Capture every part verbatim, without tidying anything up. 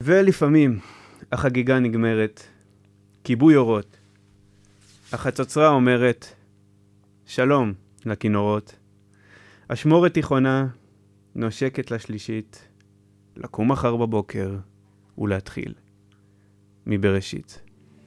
ולפעמים החגיגה נגמרת, כיבוי אורות. החצוצרה אומרת, שלום לכינורות. אשמורת תיכונה נושקת לשלישית, לקום מחר בבוקר ולהתחיל מבראשית.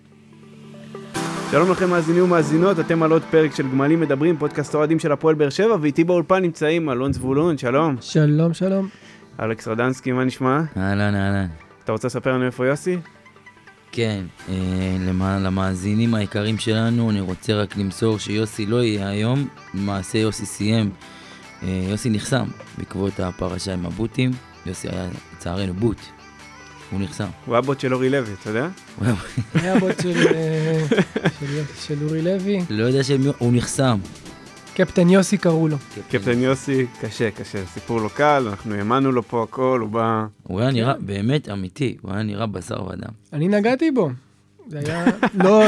שלום לכם מאזינים ומאזינות, אתם על עוד פרק של גמלים מדברים, פודקאסט אוהדים של הפועל באר שבע, ואיתי באולפן נמצאים אלון זבולון, שלום. שלום, שלום. אלכס רדנסקי, מה נשמע? אהלן, אהלן. אתה רוצה לספר לנו איפה יוסי? כן, אה, למה, למאזינים העיקרים שלנו, אני רוצה רק למסור שיוסי לא יהיה היום, למעשה יוסי סיים, אה, יוסי נחסם בעקבות הפרשה עם הבוטים, יוסי היה לצערנו בוט, הוא נחסם. הוא הבוט של אורי לוי, אתה יודע? היה הבוט של, של, של אורי לוי. לא יודע שהוא נחסם. קפטן יוסי קראו לו. קפטן יוסי, קשה, קשה, סיפור לא קל, אנחנו האמנו לו פה הכל, הוא בא... הוא היה נראה באמת אמיתי, הוא היה נראה בשר ודם. אני נגעתי בו. זה היה... לא...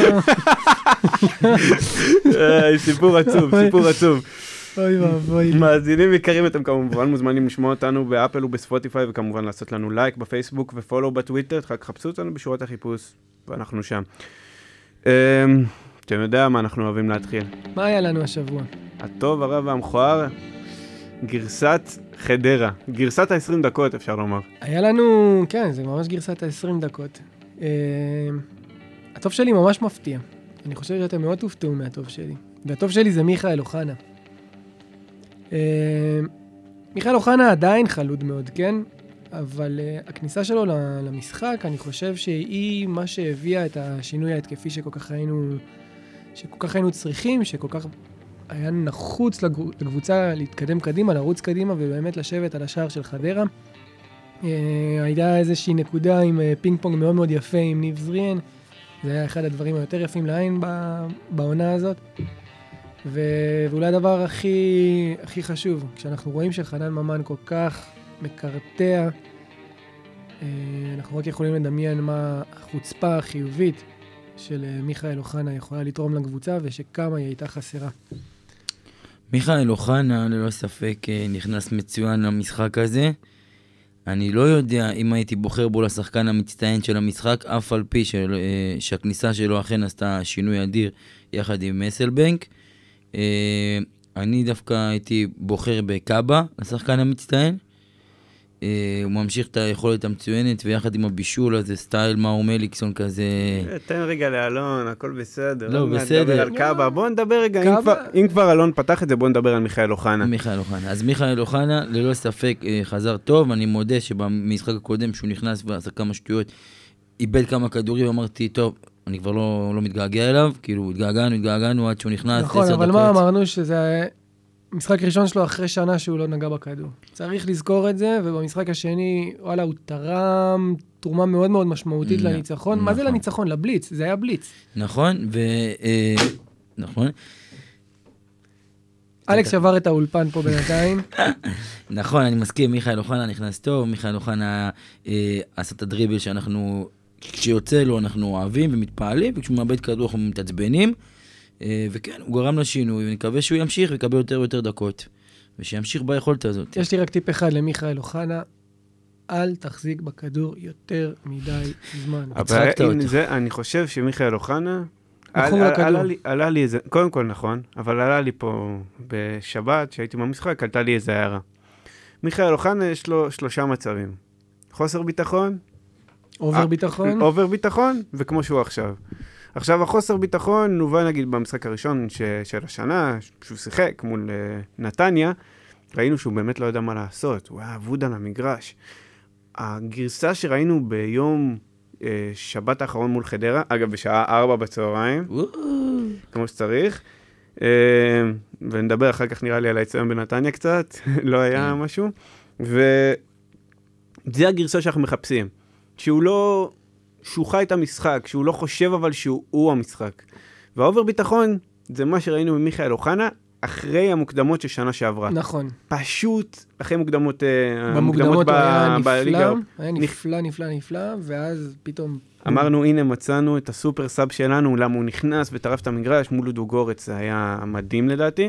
סיפור עצוב, סיפור עצוב. אוי ואבוי. מאזינים יקרים, אתם כמובן מוזמנים לשמוע אותנו באפל ובספוטיפיי, וכמובן לעשות לנו לייק בפייסבוק ופולו בטוויטר, רק חפשו אותנו בשורת החיפוש, ואנחנו שם. אתם יודע מה אנחנו אוהבים להתחיל. מה היה לנו השבוע? הטוב, הרע והמכוער, גרסת חדרה. גרסת ה-עשרים דקות, אפשר לומר. היה לנו, כן, זה ממש גרסת ה-עשרים דקות. הטוב שלי ממש מפתיע. אני חושב שאתם מאוד תופתעו מהטוב שלי. והטוב שלי זה מיכאל אוחנה. מיכאל אוחנה עדיין חלוד מאוד, כן? אבל הכניסה שלו למשחק, אני חושב שהיא מה שהביאה את השינוי ההתקפי שכל כך היינו, שכל כך היינו צריכים, שכל כך היה נחוץ לקבוצה להתקדם קדימה, לרוץ קדימה ובאמת לשבת על השער של חדרה. הייתה איזושהי נקודה עם פינג פונג מאוד מאוד יפה עם ניב זריאן, זה היה אחד הדברים היותר יפים לעין בעונה הזאת. ואולי הדבר הכי, הכי חשוב, כשאנחנו רואים שחנן ממן כל כך מקרטע, אנחנו רק יכולים לדמיין מה החוצפה החיובית של מיכאל אוחנה יכולה לתרום לקבוצה, ושכמה היא הייתה חסרה. מיכאל אוחנה, ללא ספק, נכנס מצוין למשחק הזה. אני לא יודע אם הייתי בוחר בו לשחקן המצטיין של המשחק, אף על פי של, שהכניסה שלו אכן עשתה שינוי אדיר יחד עם מסלבנק. אני דווקא הייתי בוחר בקאבה לשחקן המצטיין. הוא ממשיך את היכולת המצוינת, ויחד עם הבישול הזה, סטייל מאור מליקסון כזה. תן רגע לאלון, הכל בסדר. לא, בסדר. נדבר על קאבה. בוא נדבר רגע, אם כבר אלון פתח את זה, בוא נדבר על מיכאל אוחנה. מיכאל אוחנה. אז מיכאל אוחנה, ללא ספק, חזר טוב. אני מודה שבמשחק הקודם, שהוא נכנס ועשה כמה שטויות, איבד כמה כדורים, אמרתי, טוב, אני כבר לא, לא מתגעגע אליו, כאילו, התגעגענו, התגעגענו עד שהוא נכנס. נכון, אבל מה אמרנו שזה משחק ראשון שלו אחרי שנה שהוא לא נגע בכדור. צריך לזכור את זה, ובמשחק השני, וואלה, הוא תרם תרומה מאוד מאוד משמעותית לניצחון. מה זה לניצחון? לבליץ, זה היה בליץ. נכון, ו... נכון. אלכס שבר את האולפן פה בינתיים. נכון, אני מסכים, מיכאל אוחנה נכנס טוב, מיכאל אוחנה עשה את הדריבל שאנחנו... כשיוצא לו אנחנו אוהבים ומתפעלים, וכשהוא מאבד כדור אנחנו מתעצבנים, וכן, הוא גרם לשינוי, ונקווה שהוא ימשיך ויקבל יותר ויותר דקות, ושימשיך ביכולת הזאת. יש לי רק טיפ אחד למיכאל אוחנה, אל תחזיק בכדור יותר מדי זמן. אני חושב שמיכאל אוחנה, עלה לי איזה, קודם כל נכון, אבל עלה לי פה בשבת, שהייתי במשחק, עלתה לי איזה הערה. מיכאל אוחנה יש לו שלושה מצבים. חוסר ביטחון, אובר ביטחון? אובר ביטחון, וכמו שהוא עכשיו. עכשיו, החוסר ביטחון נובע, נגיד, במשחק הראשון ש- של השנה, שהוא שיחק מול uh, נתניה, ראינו שהוא באמת לא יודע מה לעשות, הוא היה עבוד על המגרש. הגרסה שראינו ביום uh, שבת האחרון מול חדרה, אגב, בשעה ארבע בצהריים, כמו שצריך, uh, ונדבר אחר כך נראה לי על היציון בנתניה קצת, לא היה משהו, וזה הגרסה שאנחנו מחפשים. שהוא לא, שהוא חי את המשחק, שהוא לא חושב אבל שהוא המשחק. והאובר ביטחון זה מה שראינו ממיכאל אוחנה, אחרי המוקדמות של שנה שעברה. נכון. פשוט אחרי מוקדמות, במוקדמות הוא היה נפלא, היה נפלא, נפלא, נפלא, ואז פתאום... אמרנו, הנה מצאנו את הסופר סאב שלנו, למה הוא נכנס וטרף את המגרש, מול לודוגורץ, זה היה מדהים לדעתי.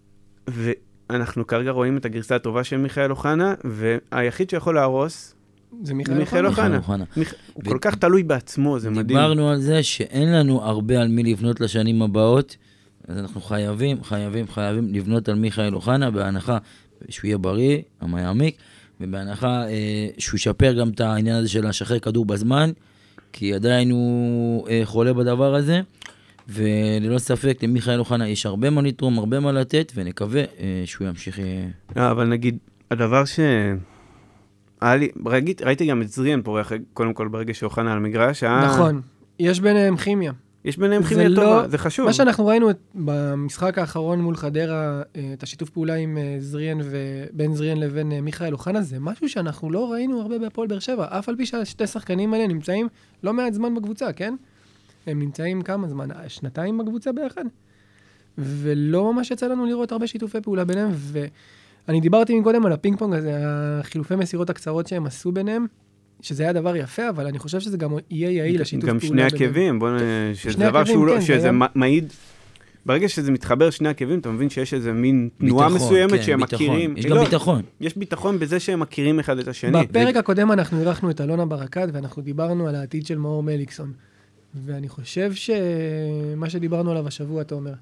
ואנחנו כרגע רואים את הגרסה הטובה של מיכאל אוחנה, והיחיד שיכול להרוס, זה מיכאל מיכאל אוחנה. אוחנה. הוא כל כך תלוי בעצמו, זה מדהים. דיברנו על זה שאין לנו הרבה על מי לבנות לשנים הבאות, אז אנחנו חייבים, חייבים, חייבים לבנות על מיכאל אוחנה, בהנחה שהוא יהיה בריא, המה יעמיק, ובהנחה אה, שהוא ישפר גם את העניין הזה של לשחרר כדור בזמן, כי עדיין הוא אה, חולה בדבר הזה, וללא ספק למיכאל אוחנה יש הרבה מה לתרום, הרבה מה לתת, ונקווה אה, שהוא ימשיך... אה... לא, אבל נגיד, הדבר ש... לי, ראיתי, ראיתי גם את זריאן פורח, קודם כל ברגע שאוחנה על מגרש. נכון, יש ביניהם כימיה. יש ביניהם כימיה לא, טובה, זה חשוב. מה שאנחנו ראינו במשחק האחרון מול חדרה, את השיתוף פעולה עם זריאן ובין זריאן לבין מיכאל אוחנה, זה משהו שאנחנו לא ראינו הרבה בהפועל באר שבע, אף על פי שהשתי שחקנים האלה נמצאים לא מעט זמן בקבוצה, כן? הם נמצאים כמה זמן? שנתיים בקבוצה ביחד? ולא ממש יצא לנו לראות הרבה שיתופי פעולה ביניהם, ואני דיברתי מקודם על הפינג פונג הזה, החילופי מסירות הקצרות שהם עשו ביניהם, שזה היה דבר יפה, אבל אני חושב שזה גם יהיה יעיל לשיתוף פעולה. גם שני עקבים, בוא נ... שזה דבר שהוא לא, שזה מעיד, ברגע שזה מתחבר שני עקבים, אתה מבין שיש איזה מין תנועה מסוימת שהם מכירים. יש גם ביטחון. יש ביטחון בזה שהם מכירים אחד את השני. בפרק הקודם אנחנו ערכנו את אלונה ברקת, ואנחנו דיברנו על העתיד של מאור מליקסון. ואני חושב שמה שדיברנו עליו השבוע, אתה אומר,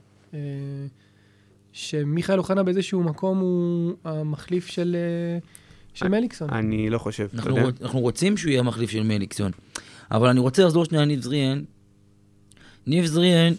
שמיכאל אוחנה באיזשהו מקום הוא המחליף של... של מליקסון. אני לא חושב. אנחנו, רוצ, אנחנו רוצים שהוא יהיה המחליף של מליקסון. אבל אני רוצה לחזור שנייה ניב זריאן. ניב זריאן,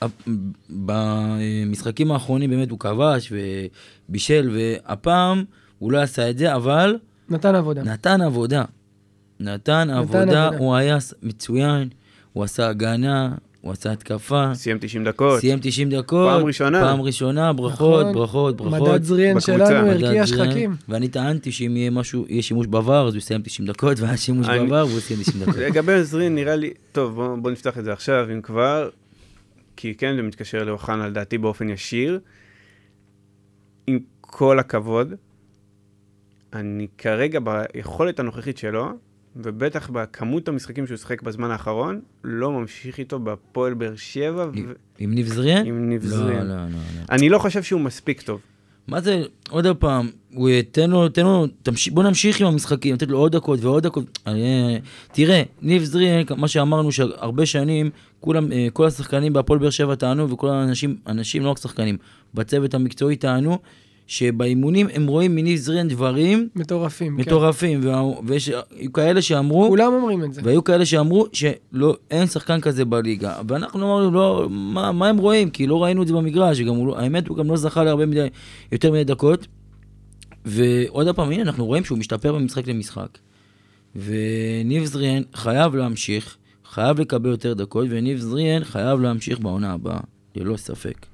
במשחקים האחרונים באמת הוא כבש ובישל, והפעם הוא לא עשה את זה, אבל... נתן עבודה. נתן עבודה. נתן, נתן עבודה, עבודה. הוא היה מצוין, הוא עשה הגנה, הוא עשה התקפה. סיים תשעים דקות. סיים תשעים דקות. פעם ראשונה. פעם ראשונה, ברכות, נכון. ברכות, ברכות. מדד זריאן שלנו, הרקיע שחקים. ואני טענתי שאם יהיה משהו, יהיה שימוש בעבר, אז הוא יסיים תשעים דקות, והיה שימוש אני... בעבר, והוא יסיים תשעים דקות. לגבי זריאן, נראה לי, טוב, בוא, בוא נפתח את זה עכשיו, אם כבר, כי כן, זה מתקשר לאוחנה, לדעתי באופן ישיר. עם כל הכבוד, אני כרגע ביכולת הנוכחית שלו, ובטח בכמות המשחקים שהוא שחק בזמן האחרון, לא ממשיך איתו בפועל באר שבע. עם ניב זריאן? עם ניב זריאן. לא, לא, לא. אני לא חושב שהוא מספיק טוב. מה זה, עוד פעם, הוא ייתן לו, תן לו, בוא נמשיך עם המשחקים, נתן לו עוד דקות ועוד דקות. תראה, ניב זריאן, מה שאמרנו שהרבה שנים, כולם, כל השחקנים בהפועל באר שבע טענו, וכל האנשים, אנשים לא רק שחקנים, בצוות המקצועי טענו, שבאימונים הם רואים מניב זריאן דברים מטורפים, מטורפים, כן. ויש כאלה שאמרו, כולם אומרים את זה. והיו כאלה שאמרו שלא, אין שחקן כזה בליגה, ואנחנו אמרנו, לא, מה, מה הם רואים? כי לא ראינו את זה במגרש, שגם הוא, האמת הוא גם לא זכה להרבה מדי, יותר מדי דקות, ועוד פעם, הנה, אנחנו רואים שהוא משתפר במשחק למשחק, וניב זריאן חייב להמשיך, חייב לקבל יותר דקות, וניב זריאן חייב להמשיך בעונה הבאה, ללא ספק.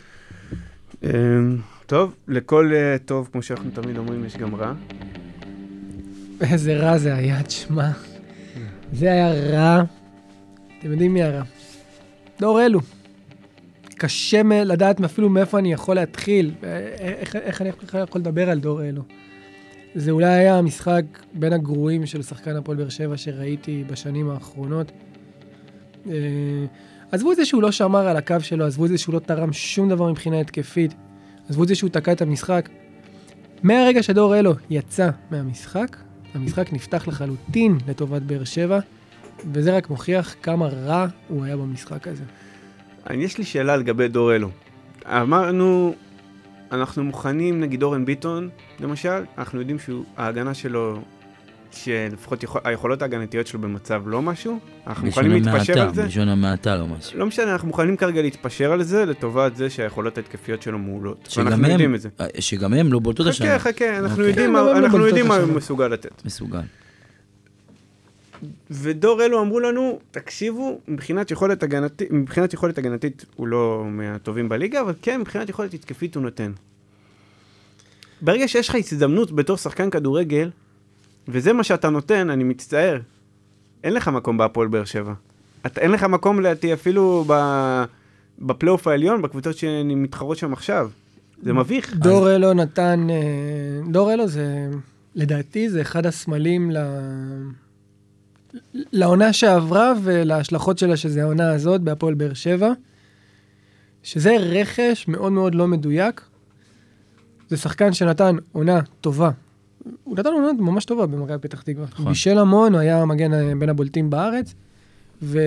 טוב, לכל uh, טוב, כמו שאנחנו תמיד אומרים, יש גם רע. איזה רע זה היה, תשמע. זה היה רע. אתם יודעים מי הרע? דור אלו. קשה לדעת אפילו מאיפה אני יכול להתחיל. איך, איך אני יכול לדבר על דור אלו. זה אולי היה המשחק בין הגרועים של שחקן הפועל באר שבע שראיתי בשנים האחרונות. עזבו את זה שהוא לא שמר על הקו שלו, עזבו את זה שהוא לא תרם שום דבר מבחינה התקפית. עזבו את זה שהוא תקע את המשחק. מהרגע שדור אלו יצא מהמשחק, המשחק נפתח לחלוטין לטובת באר שבע, וזה רק מוכיח כמה רע הוא היה במשחק הזה. יש לי שאלה לגבי דור אלו. אמרנו, אנחנו מוכנים, נגיד אורן ביטון, למשל, אנחנו יודעים שההגנה שלו, שלפחות יכול, היכולות ההגנתיות שלו במצב לא משהו, אנחנו מוכנים להתפשר על זה. בלשון המעטה לא משהו. לא משנה, אנחנו מוכנים כרגע להתפשר על זה, לטובת זה שהיכולות ההתקפיות שלו מעולות. ואנחנו יודעים את זה. שגם הם לא באותו השנה. חכה, חכה, אנחנו יודעים מה הוא מסוגל לתת. מסוגל. ודור אלו אמרו לנו, תקשיבו, מבחינת יכולת הגנתית, מבחינת יכולת הגנתית הוא לא מהטובים בליגה, אבל כן, מבחינת יכולת התקפית הוא נותן. ברגע שיש לך הזדמנות בתור שחקן כדורגל, וזה מה שאתה נותן, אני מצטער. אין לך מקום בהפועל באר שבע. אתה, אין לך מקום להתי אפילו בפלייאוף העליון, בקבוצות שמתחרות שם עכשיו. זה מביך. דור אלו נתן, דור אלו זה, לדעתי זה אחד הסמלים ל... לעונה שעברה ולהשלכות שלה, שזה העונה הזאת בהפועל באר שבע, שזה רכש מאוד מאוד לא מדויק. זה שחקן שנתן עונה טובה הוא נתן עונה ממש טובה במכבי פתח תקווה. בישל המון, הוא היה מגן בין הבולטים בארץ, ו...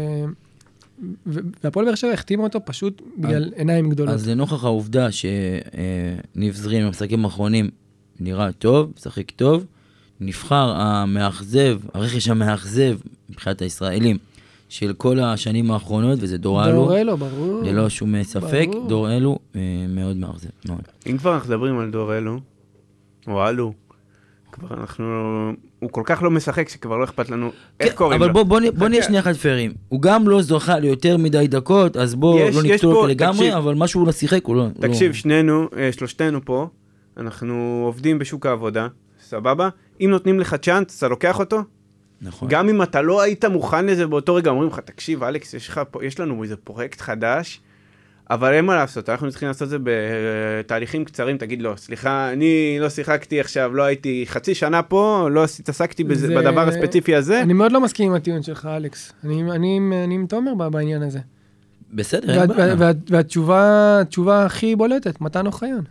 והפועל באר שבע החתימה אותו פשוט בגלל עיניים גדולות. אז לנוכח העובדה שניב זרים במשחקים האחרונים נראה טוב, משחק טוב, נבחר המאכזב, הרכש המאכזב מבחינת הישראלים של כל השנים האחרונות, וזה דור אלו. דור אלו, ברור. ללא שום ספק, ברור. דור אלו מאוד מאכזב. מאוד. אם כבר אנחנו מדברים על דור אלו, או אלו, כבר אנחנו, הוא כל כך לא משחק שכבר לא אכפת לנו איך קוראים לו. אבל בוא, בוא, בוא נהיה שנייה אחד פיירים. הוא גם לא זוכה ליותר מדי דקות, אז בוא יש, לא נקטול אותו לגמרי, תקשיב, אבל משהו הוא לא שיחק, הוא לא... תקשיב, לא... שנינו, שלושתנו פה, אנחנו עובדים בשוק העבודה, סבבה? אם נותנים לך צ'אנס, אתה לוקח אותו? נכון. גם אם אתה לא היית מוכן לזה באותו רגע, אומרים לך, תקשיב, אלכס, יש, לך, יש לנו איזה פרויקט חדש, אבל אין מה לעשות, אנחנו צריכים לעשות את זה בתהליכים קצרים, תגיד לו, סליחה, אני לא שיחקתי עכשיו, לא הייתי חצי שנה פה, לא התעסקתי זה... בדבר הספציפי הזה. אני מאוד לא מסכים עם הטיעון שלך, אלכס. אני, אני, אני עם תומר בעניין הזה. בסדר, וה, וה, וה, והתשובה, התשובה הכי בולטת, מתן אוחיון.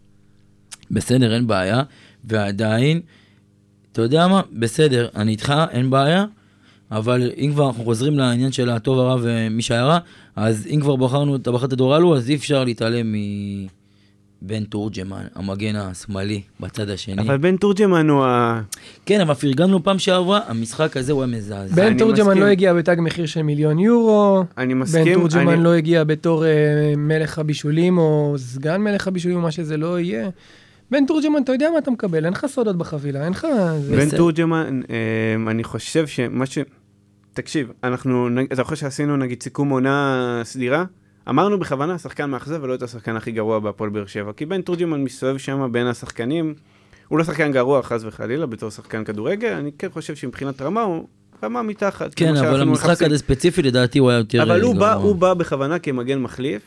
בסדר, אין בעיה, ועדיין, אתה יודע מה? בסדר, אני איתך, אין בעיה, אבל אם כבר אנחנו חוזרים לעניין של הטוב הרע ומי שהיה רע, אז אם כבר בחרנו את הבחרת הדור אלו, אז אי אפשר להתעלם מבן תורג'מן, המגן השמאלי בצד השני. אבל בן תורג'מן הוא ה... כן, אבל פרגנו פעם שעברה, המשחק הזה הוא המזעזע. בן תורג'מן לא הגיע בתג מחיר של מיליון יורו. אני מסכים. בן תורג'מן אני... לא הגיע בתור uh, מלך הבישולים, או סגן מלך הבישולים, או מה שזה לא יהיה. בן תורג'מן, אתה יודע מה אתה מקבל, אין לך סודות בחבילה, אין לך... בן תורג'מן, אני חושב שמה ש... תקשיב, אנחנו, אתה חושב שעשינו נגיד סיכום עונה סדירה? אמרנו בכוונה, שחקן מאכזב ולא את השחקן הכי גרוע בהפועל באר שבע, כי בן תורג'מן מסתובב שם בין השחקנים, הוא לא שחקן גרוע, חס וחלילה, בתור שחקן כדורגל, אני כן חושב שמבחינת רמה הוא רמה מתחת. כן, אבל המשחק הזה ספציפי לדעתי הוא היה יותר... אבל הוא בא, הוא בא בכוונה כמגן מחליף,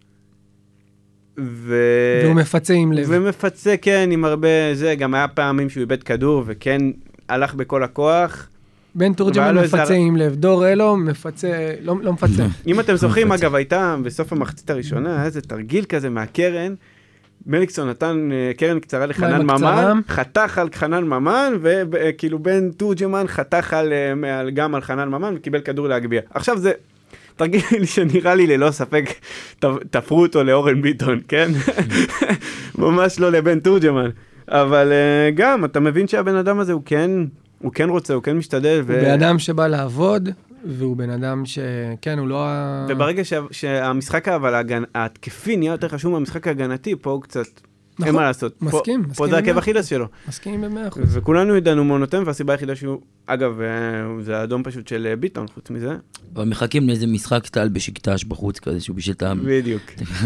ו... והוא מפצה עם לב. ומפצה, כן, עם הרבה זה, גם היה פעמים שהוא איבד כדור, וכן הלך בכל הכוח. בן תורג'מן מפצה עם לב, דור אלו מפצה, לא, לא מפצה. אם אתם זוכרים, אגב, הייתה בסוף המחצית הראשונה, איזה תרגיל כזה מהקרן, מליקסון נתן קרן קצרה לחנן ממן, חתך על חנן ממן, וכאילו בן תורג'מן חתך על, גם על חנן ממן, וקיבל כדור להגביע. עכשיו זה... תרגיל שנראה לי ללא ספק, תפרו אותו לאורן ביטון, כן? ממש לא לבן תורג'מן. אבל גם, אתה מבין שהבן אדם הזה הוא כן, הוא כן רוצה, הוא כן משתדל. הוא בן אדם שבא לעבוד, והוא בן אדם שכן, הוא לא... וברגע שהמשחק ההתקפי נהיה יותר חשוב מהמשחק ההגנתי, פה הוא קצת... אין מה לעשות. מסכים, פה זה עקב אכילס שלו. מסכים במאה אחוז. וכולנו ידענו מה נותן, והסיבה היחידה שהוא, אגב, זה האדום פשוט של ביטון, חוץ מזה. אבל מחכים לאיזה משחק טל בשקטש בחוץ כזה, שהוא בשביל טעם. בדיוק.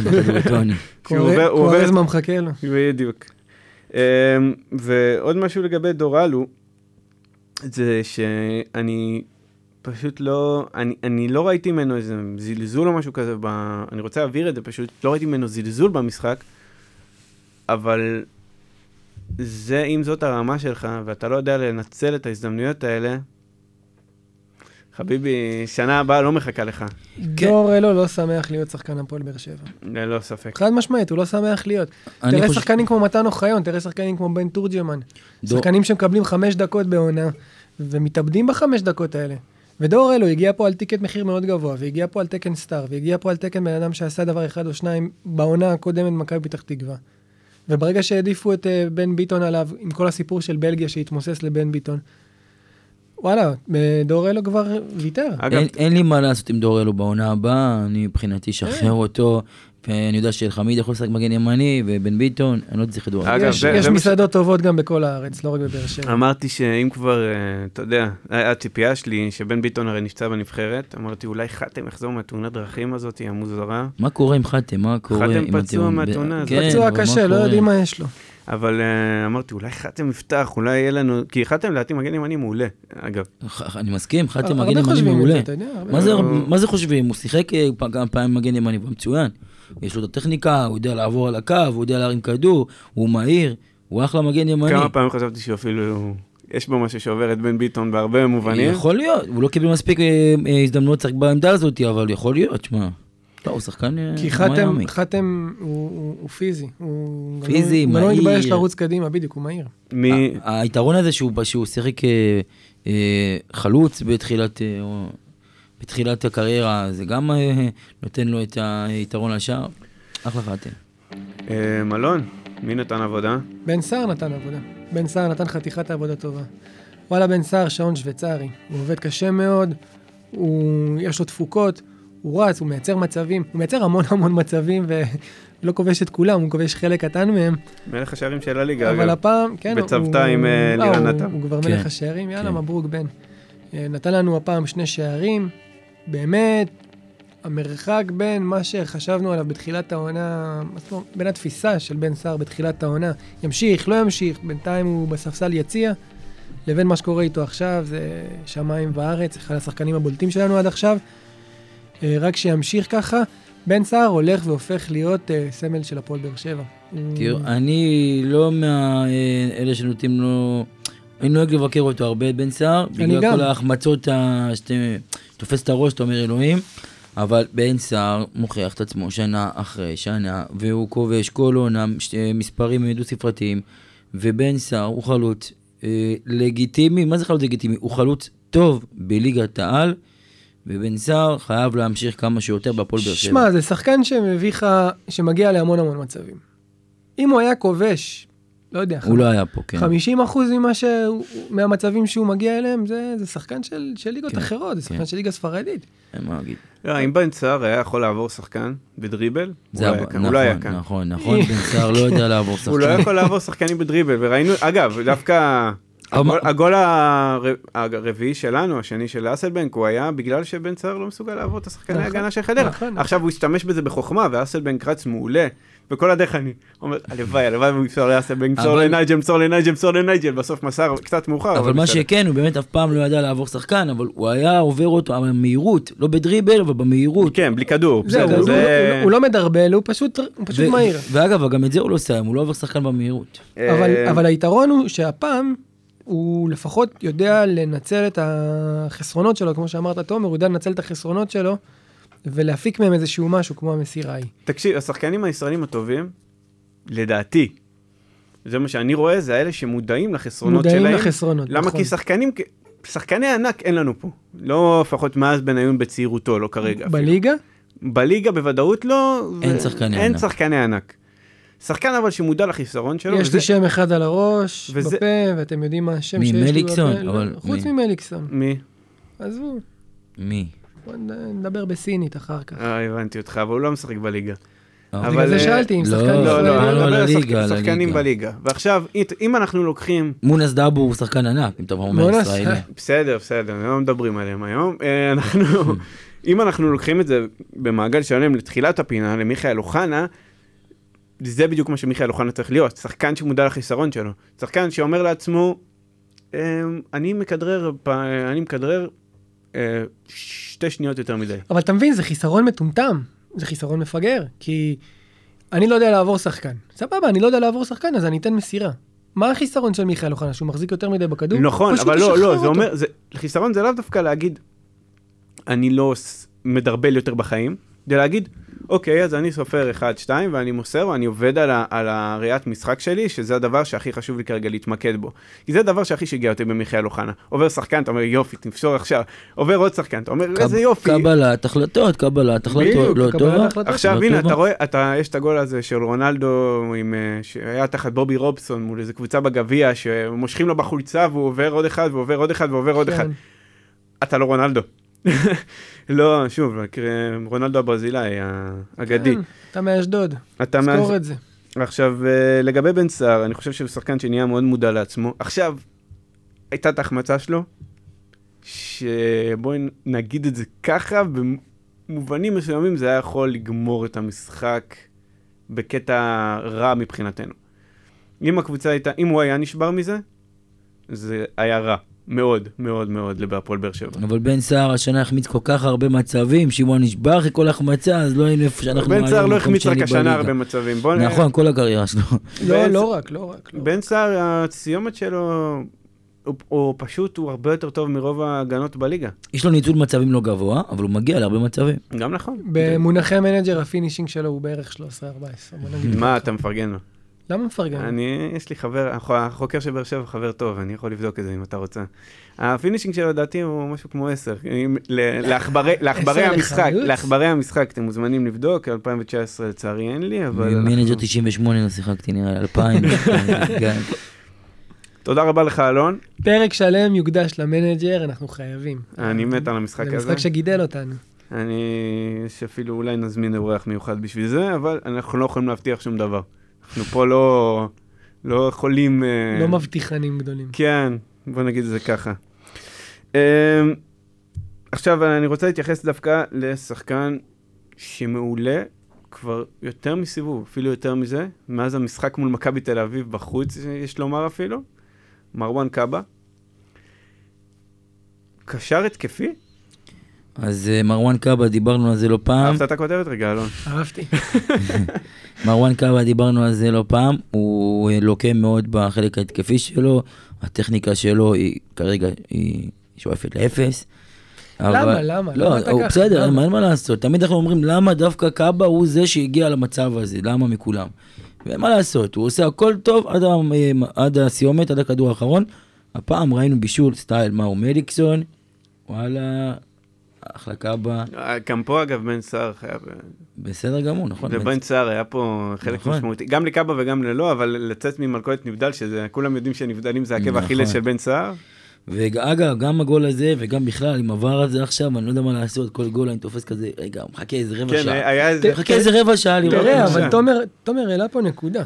כל הזמן מחכה לו. בדיוק. ועוד משהו לגבי דורלו, זה שאני פשוט לא, אני לא ראיתי ממנו איזה זלזול או משהו כזה, אני רוצה להעביר את זה, פשוט לא ראיתי ממנו זלזול במשחק, אבל זה, אם זאת הרמה שלך, ואתה לא יודע לנצל את ההזדמנויות האלה, חביבי, שנה הבאה לא מחכה לך. דור אלו לא שמח להיות שחקן הפועל באר שבע. ללא ספק. חד משמעית, הוא לא שמח להיות. תראה שחקנים כמו מתן אוחיון, תראה שחקנים כמו בן תורג'מן. שחקנים שמקבלים חמש דקות בעונה, ומתאבדים בחמש דקות האלה. ודור אלו הגיע פה על טיקט מחיר מאוד גבוה, והגיע פה על תקן סטאר, והגיע פה על תקן בן אדם שעשה דבר אחד או שניים בעונה הקודמת מכבי פתח תקווה. וברגע שהעדיפו את uh, בן ביטון עליו, עם כל הסיפור של בלגיה שהתמוסס לבן ביטון, וואלה, דור אלו כבר ויתר. אין, אין לי מה לעשות עם דור אלו בעונה הבאה, אני מבחינתי שחרר אותו, ואני יודע שחמיד יכול לשחק מגן ימני, ובן ביטון, אני לא צריך לדור. יש, זה, יש זה מסעדות מש... טובות גם בכל הארץ, לא רק בבאר שבע. אמרתי שאם כבר, אתה יודע, הציפייה שלי, שבן ביטון הרי נפצע בנבחרת, אמרתי, אולי חתם יחזור מהתאונת דרכים הזאת, היא המוזרה. מה קורה עם חתם? מה קורה? חתם פצוע מהתאונה. כן, פצוע קשה, לא יודעים מה יש לו. אבל uh, אמרתי, אולי חתם יפתח, אולי יהיה לנו, כי חתם לדעתי מגן ימני מעולה, אגב. אני מסכים, חתם מגן ימני מעולה. מה זה חושבים? הוא שיחק כמה פעמים מגן ימני, הוא מצוין. יש לו את הטכניקה, הוא יודע לעבור על הקו, הוא יודע להרים כדור, הוא מהיר, הוא אחלה מגן ימני. כמה פעמים חשבתי שאפילו, יש בו משהו שעובר את בן ביטון בהרבה מובנים. יכול להיות, הוא לא קיבל מספיק הזדמנות לשחק בעמדה הזאת, אבל יכול להיות, שמה. לא, הוא שחקן כי חתם, חתם הוא פיזי. פיזי, מהיר. הוא לא מתבייש לרוץ קדימה, בדיוק, הוא מהיר. היתרון הזה שהוא שיחק חלוץ בתחילת... בתחילת הקריירה, זה גם נותן לו את היתרון על שער. אחלה חתם. מלון, מי נתן עבודה? בן סער נתן עבודה. בן סער נתן חתיכת עבודה טובה. וואלה, בן סער שעון שוויצרי. הוא עובד קשה מאוד, הוא... יש לו תפוקות, הוא רץ, הוא מייצר מצבים, הוא מייצר המון המון מצבים ולא כובש את כולם, הוא כובש חלק קטן מהם. מלך השערים של הליגה, אבל הפעם, כן, בצוותא עם לירן נתן. הוא כבר מלך השערים, יאללה, מברוק בן. נתן לנו הפעם שני שערים, באמת, המרחק בין מה שחשבנו עליו בתחילת העונה, בין התפיסה של בן סער בתחילת העונה, ימשיך, לא ימשיך, בינתיים הוא בספסל יציע, לבין מה שקורה איתו עכשיו, זה שמיים וארץ, אחד השחקנים הבולטים שלנו עד עכשיו, רק שימשיך ככה, בן סער הולך והופך להיות סמל של הפועל באר שבע. תראו, אני לא מאלה שנותנים לו, אני נוהג לבקר אותו הרבה, בן סער, בגלל כל ההחמצות שאתה תופס את הראש, אתה אומר אלוהים, אבל בן סער מוכיח את עצמו שנה אחרי שנה, והוא כובש כל עונה מספרים דו ספרתיים, ובן סער הוא חלוץ לגיטימי, מה זה חלוץ לגיטימי? הוא חלוץ טוב בליגת העל, ובן סער חייב להמשיך כמה שיותר בהפועל באר שבע. שמע, זה שחקן שמביא לך, שמגיע להמון המון מצבים. אם הוא היה כובש, לא יודע, הוא לא היה פה, כן. חמישים אחוז ממה ש... מהמצבים שהוא מגיע אליהם, זה, זה שחקן של, של ליגות כן, אחרות, זה שחקן כן. של ליגה ספרדית. אין מה להגיד. לא, אם בן סער היה יכול לעבור שחקן בדריבל, הוא לא היה כאן. נכון, היה כאן. נכון, נכון, בן סער לא יודע לעבור שחקן. הוא לא יכול לעבור שחקנים בדריבל, וראינו, אגב, דווקא... הגול הרביעי שלנו, השני של אסלבנק, הוא היה בגלל שבן סער לא מסוגל לעבור את השחקני ההגנה של חדרה. עכשיו הוא השתמש בזה בחוכמה, ואסלבנק רץ מעולה, וכל הדרך אני אומר, הלוואי, הלוואי הוא יפסור לאסלבנק, פסור לנייג'ל, פסור לנייג'ל, פסור לנייג'ל, בסוף מסר קצת מאוחר. אבל מה שכן, הוא באמת אף פעם לא ידע לעבור שחקן, אבל הוא היה עובר אותו במהירות, לא בדריבל, אבל במהירות. כן, בלי כדור. הוא לא מדרבל, הוא פשוט מהיר. ואגב, גם את זה הוא לא עושה, הוא לא עובר שחקן במהירות. אבל היתרון הוא שהפעם הוא לפחות יודע לנצל את החסרונות שלו, כמו שאמרת תומר, הוא יודע לנצל את החסרונות שלו, ולהפיק מהם איזשהו משהו, כמו המסירה היא. תקשיב, השחקנים הישראלים הטובים, לדעתי, זה מה שאני רואה, זה האלה שמודעים לחסרונות שלהם. מודעים לחסרונות, למה? כי שחקנים, שחקני ענק אין לנו פה. לא לפחות מאז בניון בצעירותו, לא כרגע. בליגה? בליגה בוודאות לא. אין שחקני ענק. אין שחקני ענק. שחקן אבל שמודע לחיסרון שלו. יש לי שם אחד על הראש, בפה, ואתם יודעים מה השם שיש לי בפה. ממליקסון. חוץ ממליקסון. מי? עזבו. מי? נדבר בסינית אחר כך. אה, הבנתי אותך, אבל הוא לא משחק בליגה. בגלל זה שאלתי אם שחקן... לא, לא, לא, שחקנים בליגה. ועכשיו, אם אנחנו לוקחים... מונס דאבו הוא שחקן ענק, אם אתה אומר ישראלי. בסדר, בסדר, לא מדברים עליהם היום. אנחנו, אם אנחנו לוקחים את זה במעגל שלם לתחילת הפינה, למיכאל אוחנה, זה בדיוק מה שמיכאל אוחנה צריך להיות, שחקן שמודע לחיסרון שלו, שחקן שאומר לעצמו, אני מכדרר, אני מכדרר שתי שניות יותר מדי. אבל אתה מבין, זה חיסרון מטומטם, זה חיסרון מפגר, כי אני לא יודע לעבור שחקן. סבבה, אני לא יודע לעבור שחקן, אז אני אתן מסירה. מה החיסרון של מיכאל אוחנה, שהוא מחזיק יותר מדי בכדור? נכון, אבל לא, לא, זה אומר, חיסרון זה לאו דווקא להגיד, אני לא מדרבל יותר בחיים, זה להגיד, אוקיי, אז אני סופר אחד, שתיים, ואני מוסר, ואני עובד על, ה- על הראיית משחק שלי, שזה הדבר שהכי חשוב לי כרגע להתמקד בו. כי זה הדבר שהכי שיגע אותי במיכאל אוחנה. עובר שחקן, אתה אומר, יופי, תפסור עכשיו. עובר עוד שחקן, אתה אומר, איזה יופי. קבלת החלטות, קבלת החלטות, לא טובה. עכשיו, הנה, אתה רואה, אתה, יש את הגול הזה של רונלדו, עם, שהיה תחת בובי רובסון, מול איזו קבוצה בגביע, שמושכים לו בחולצה, והוא עובר עוד אחד, ועובר עוד אחד, ועובר עוד אחד. אתה לא רונלדו. לא, שוב, רונלדו הברזילאי, האגדי. אתה מאשדוד, זכור את זה. עכשיו, לגבי בן סער, אני חושב שהוא שחקן שנהיה מאוד מודע לעצמו. עכשיו, הייתה את ההחמצה שלו, שבואי נגיד את זה ככה, במובנים מסוימים זה היה יכול לגמור את המשחק בקטע רע מבחינתנו. אם הקבוצה הייתה, אם הוא היה נשבר מזה, זה היה רע. מאוד, מאוד, מאוד לבהפועל באר שבע. אבל בן סער השנה החמיץ כל כך הרבה מצבים, שאם הוא נשבר אחרי כל החמצה, אז לא היינו איפה שאנחנו... בן סער לא החמיץ רק השנה הרבה מצבים. נכון, כל הקריירה שלו. לא, לא רק, לא רק. בן סער, הסיומת שלו הוא, הוא פשוט, הוא הרבה יותר טוב מרוב ההגנות בליגה. יש לו ניצול מצבים לא גבוה, אבל הוא מגיע להרבה מצבים. גם נכון. במונחי מנג'ר, הפינישינג שלו הוא בערך שלוש עשרה ארבע עשרה. מה, אתה מפרגן לו? למה מפרגן? אני, יש לי חבר, החוקר של באר שבע חבר טוב, אני יכול לבדוק את זה אם אתה רוצה. הפינישינג שלו, לדעתי, הוא משהו כמו עשר. לעכברי המשחק, לעכברי המשחק, אתם מוזמנים לבדוק, אלפיים תשע עשרה לצערי אין לי, אבל... מנג'ר תשעים ושמונה לא שיחקתי, נראה, אלפיים. תודה רבה לך, אלון. פרק שלם יוקדש למנג'ר, אנחנו חייבים. אני מת על המשחק הזה. זה משחק שגידל אותנו. אני, שאפילו אולי נזמין אורח מיוחד בשביל זה, אבל אנחנו לא יכולים להבטיח שום דבר. אנחנו פה לא, לא יכולים... לא מבטיחנים גדולים. כן, בוא נגיד את זה ככה. עכשיו, אני רוצה להתייחס דווקא לשחקן שמעולה כבר יותר מסיבוב, אפילו יותר מזה, מאז המשחק מול מכבי תל אביב בחוץ, יש לומר אפילו, מרואן קאבה. קשר התקפי? אז מרואן קאבה, דיברנו על זה לא פעם. אהבת את הכותרת רגע, אלון? אהבתי. מרואן קאבה, דיברנו על זה לא פעם, הוא לוקה מאוד בחלק ההתקפי שלו, הטכניקה שלו היא כרגע היא שואפת לאפס. למה? למה? לא, בסדר, אין מה לעשות. תמיד אנחנו אומרים, למה דווקא קאבה הוא זה שהגיע למצב הזה? למה מכולם? ואין מה לעשות, הוא עושה הכל טוב עד, עד הסיומת, עד הכדור האחרון. הפעם ראינו בישול סטייל מאו מליקסון, וואלה, אחלה קאבה. גם פה אגב בן סער חייב... בסדר גמור, נכון. ובן סער היה פה חלק נכון. משמעותי, גם לקאבה וגם ללא, אבל לצאת ממלכודת נבדל, שזה כולם יודעים שנבדלים זה עקב נכון. אכילס של בן סער. ואגב, גם הגול הזה, וגם בכלל, עם עבר הזה עכשיו, אני לא יודע מה לעשות, כל גול אני תופס כזה, רגע, הוא מחכה איזה רבע כן, שעה. היה איזה... מחכה איזה רבע שעה לראות. תראה, אבל תומר, תומר העלה פה נקודה.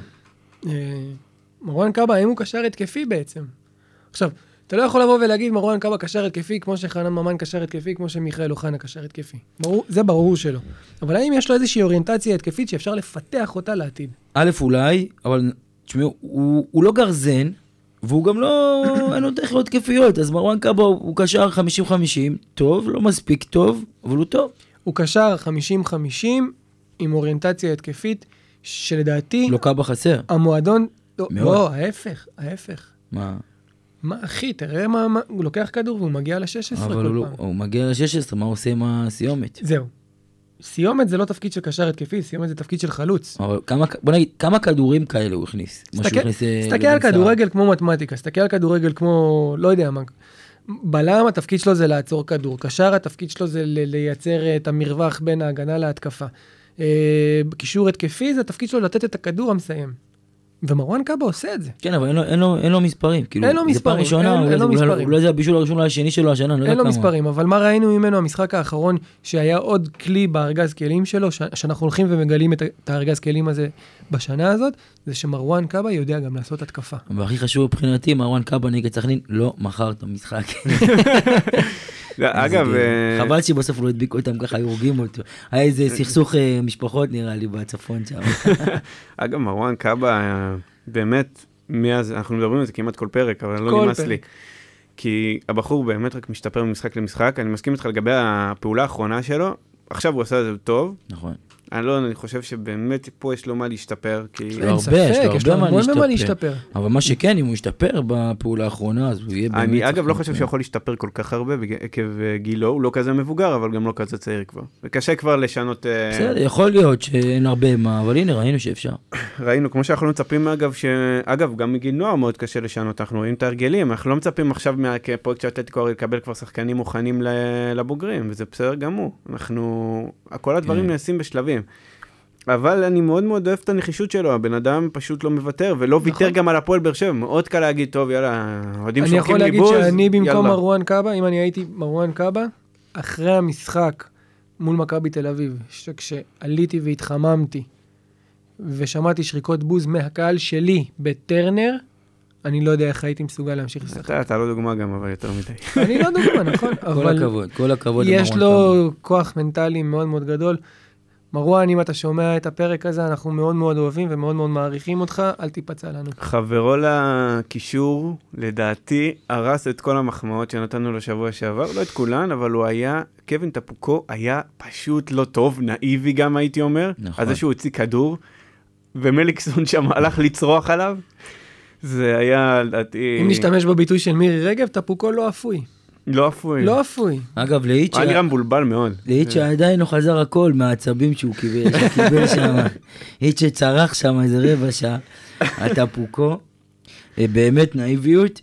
מרואן קאבה, האם הוא קשר התקפי בעצם? עכשיו, אתה לא יכול לבוא ולהגיד מרואן קאבה קשר התקפי, כמו שחנן ממן קשר התקפי, כמו שמיכאל אוחנה קשר התקפי. זה ברור שלו. אבל האם יש לו איזושהי אוריינטציה התקפית שאפשר לפתח אותה לעתיד? א', אולי, אבל תשמעו, הוא, הוא לא גרזן, והוא גם לא, אין לו תכלות התקפיות, אז מרואן קאבה הוא קשר חמישים חמישים, טוב, לא מספיק טוב, אבל הוא טוב. הוא קשר חמישים חמישים, עם אוריינטציה התקפית, שלדעתי... לא קאבה חסר. המועדון... לא, לא, ההפך, ההפך. מה? מה, אחי, תראה מה, מה, הוא לוקח כדור והוא מגיע ל-שש עשרה כל פעם. אבל הוא, הוא מגיע ל-שש עשרה, מה הוא עושה עם הסיומת? זהו. סיומת זה לא תפקיד של קשר התקפי, סיומת זה תפקיד של חלוץ. אבל כמה, בוא נגיד, כמה כדורים כאלה הוא הכניס? סתכל על כדורגל כמו מתמטיקה, סתכל על כדורגל כמו, לא יודע מה, בלם התפקיד שלו זה לעצור כדור, קשר התפקיד שלו זה לייצר את המרווח בין ההגנה להתקפה. קישור התקפי זה התפקיד שלו לתת את הכדור המסיים. ומרואן קאבה עושה את זה. כן, אבל אין לו, אין לו, אין לו מספרים. אין לו מספרים, אין, אין לו מספרים. אולי זה הבישול הראשון לשני שלו השנה, אני לא יודע כמה. אין לו מספרים, אבל מה ראינו ממנו המשחק האחרון, שהיה עוד כלי בארגז כלים שלו, ש... שאנחנו הולכים ומגלים את, את הארגז כלים הזה בשנה הזאת, זה שמרואן קאבה יודע גם לעשות התקפה. והכי חשוב מבחינתי, מרואן קאבה נגד סכנין לא מכר את המשחק. אגב... חבל שבסוף לא הדביקו אותם ככה, הורגים אותו. היה איזה סכסוך משפחות נראה לי בצפון שם. אגב, מרואן קאבה, באמת, מאז, אנחנו מדברים על זה כמעט כל פרק, אבל לא נמאס לי. כי הבחור באמת רק משתפר ממשחק למשחק, אני מסכים איתך לגבי הפעולה האחרונה שלו, עכשיו הוא עושה את זה טוב. נכון. אני לא, אני חושב שבאמת פה יש לו מה להשתפר, כי... אין ספק, יש לו הרבה מה להשתפר. אבל מה שכן, אם הוא ישתפר בפעולה האחרונה, אז הוא יהיה באמת... אני אגב לא חושב שהוא יכול להשתפר כל כך הרבה, עקב גילו, הוא לא כזה מבוגר, אבל גם לא כזה צעיר כבר. וקשה כבר לשנות... בסדר, יכול להיות שאין הרבה מה, אבל הנה, ראינו שאפשר. ראינו, כמו שאנחנו מצפים, אגב, אגב, גם מגיל נוער מאוד קשה לשנות, אנחנו רואים את הרגלים, אנחנו לא מצפים עכשיו מהפרויקט של אתלטיקו לקבל כבר שחקנים מוכנים לבוגרים, וזה בסדר גמור. אנחנו, כל הדברים נעשים בשלבים. אבל אני מאוד מאוד אוהב את הנחישות שלו, הבן אדם פשוט לא מוותר, ולא ויתר גם על הפועל באר שבע, מאוד קל להגיד, טוב, יאללה, אוהדים שורקים לי בוז, אני יכול להגיד שאני במקום מרואן קאבה, אם אני הייתי מרואן קאבה, אחרי המשחק מול מכבי תל אביב, שכשעליתי והתחממתי, ושמעתי שריקות בוז מהקהל שלי בטרנר, אני לא יודע איך הייתי מסוגל להמשיך לשחק. אתה לא דוגמה גם, אבל יותר מדי. אני לא דוגמה, נכון? כל הכבוד, כל הכבוד למרואן קאבה. יש לו כוח מנטלי מאוד מאוד גדול. מרואן, אם אתה שומע את הפרק הזה, אנחנו מאוד מאוד אוהבים ומאוד מאוד מעריכים אותך, אל תיפצע לנו. חברו לקישור, לדעתי, הרס את כל המחמאות שנתנו לו שבוע שעבר, לא את כולן, אבל הוא היה, קווין טפוקו היה פשוט לא טוב, נאיבי גם הייתי אומר, נכון. אז זה שהוא הוציא כדור, ומליקסון שם הלך לצרוח עליו, זה היה, לדעתי... אם נשתמש בביטוי של מירי רגב, טפוקו לא אפוי. לא אפוי. לא אפוי. אגב, לאיץ' היה נראה מבולבל מאוד. לאיץ' עדיין לא חזר הכל מהעצבים שהוא קיבל, שקיבל שם. איץ' שצרח שם איזה רבע שעה. הטפוקו. באמת נאיביות,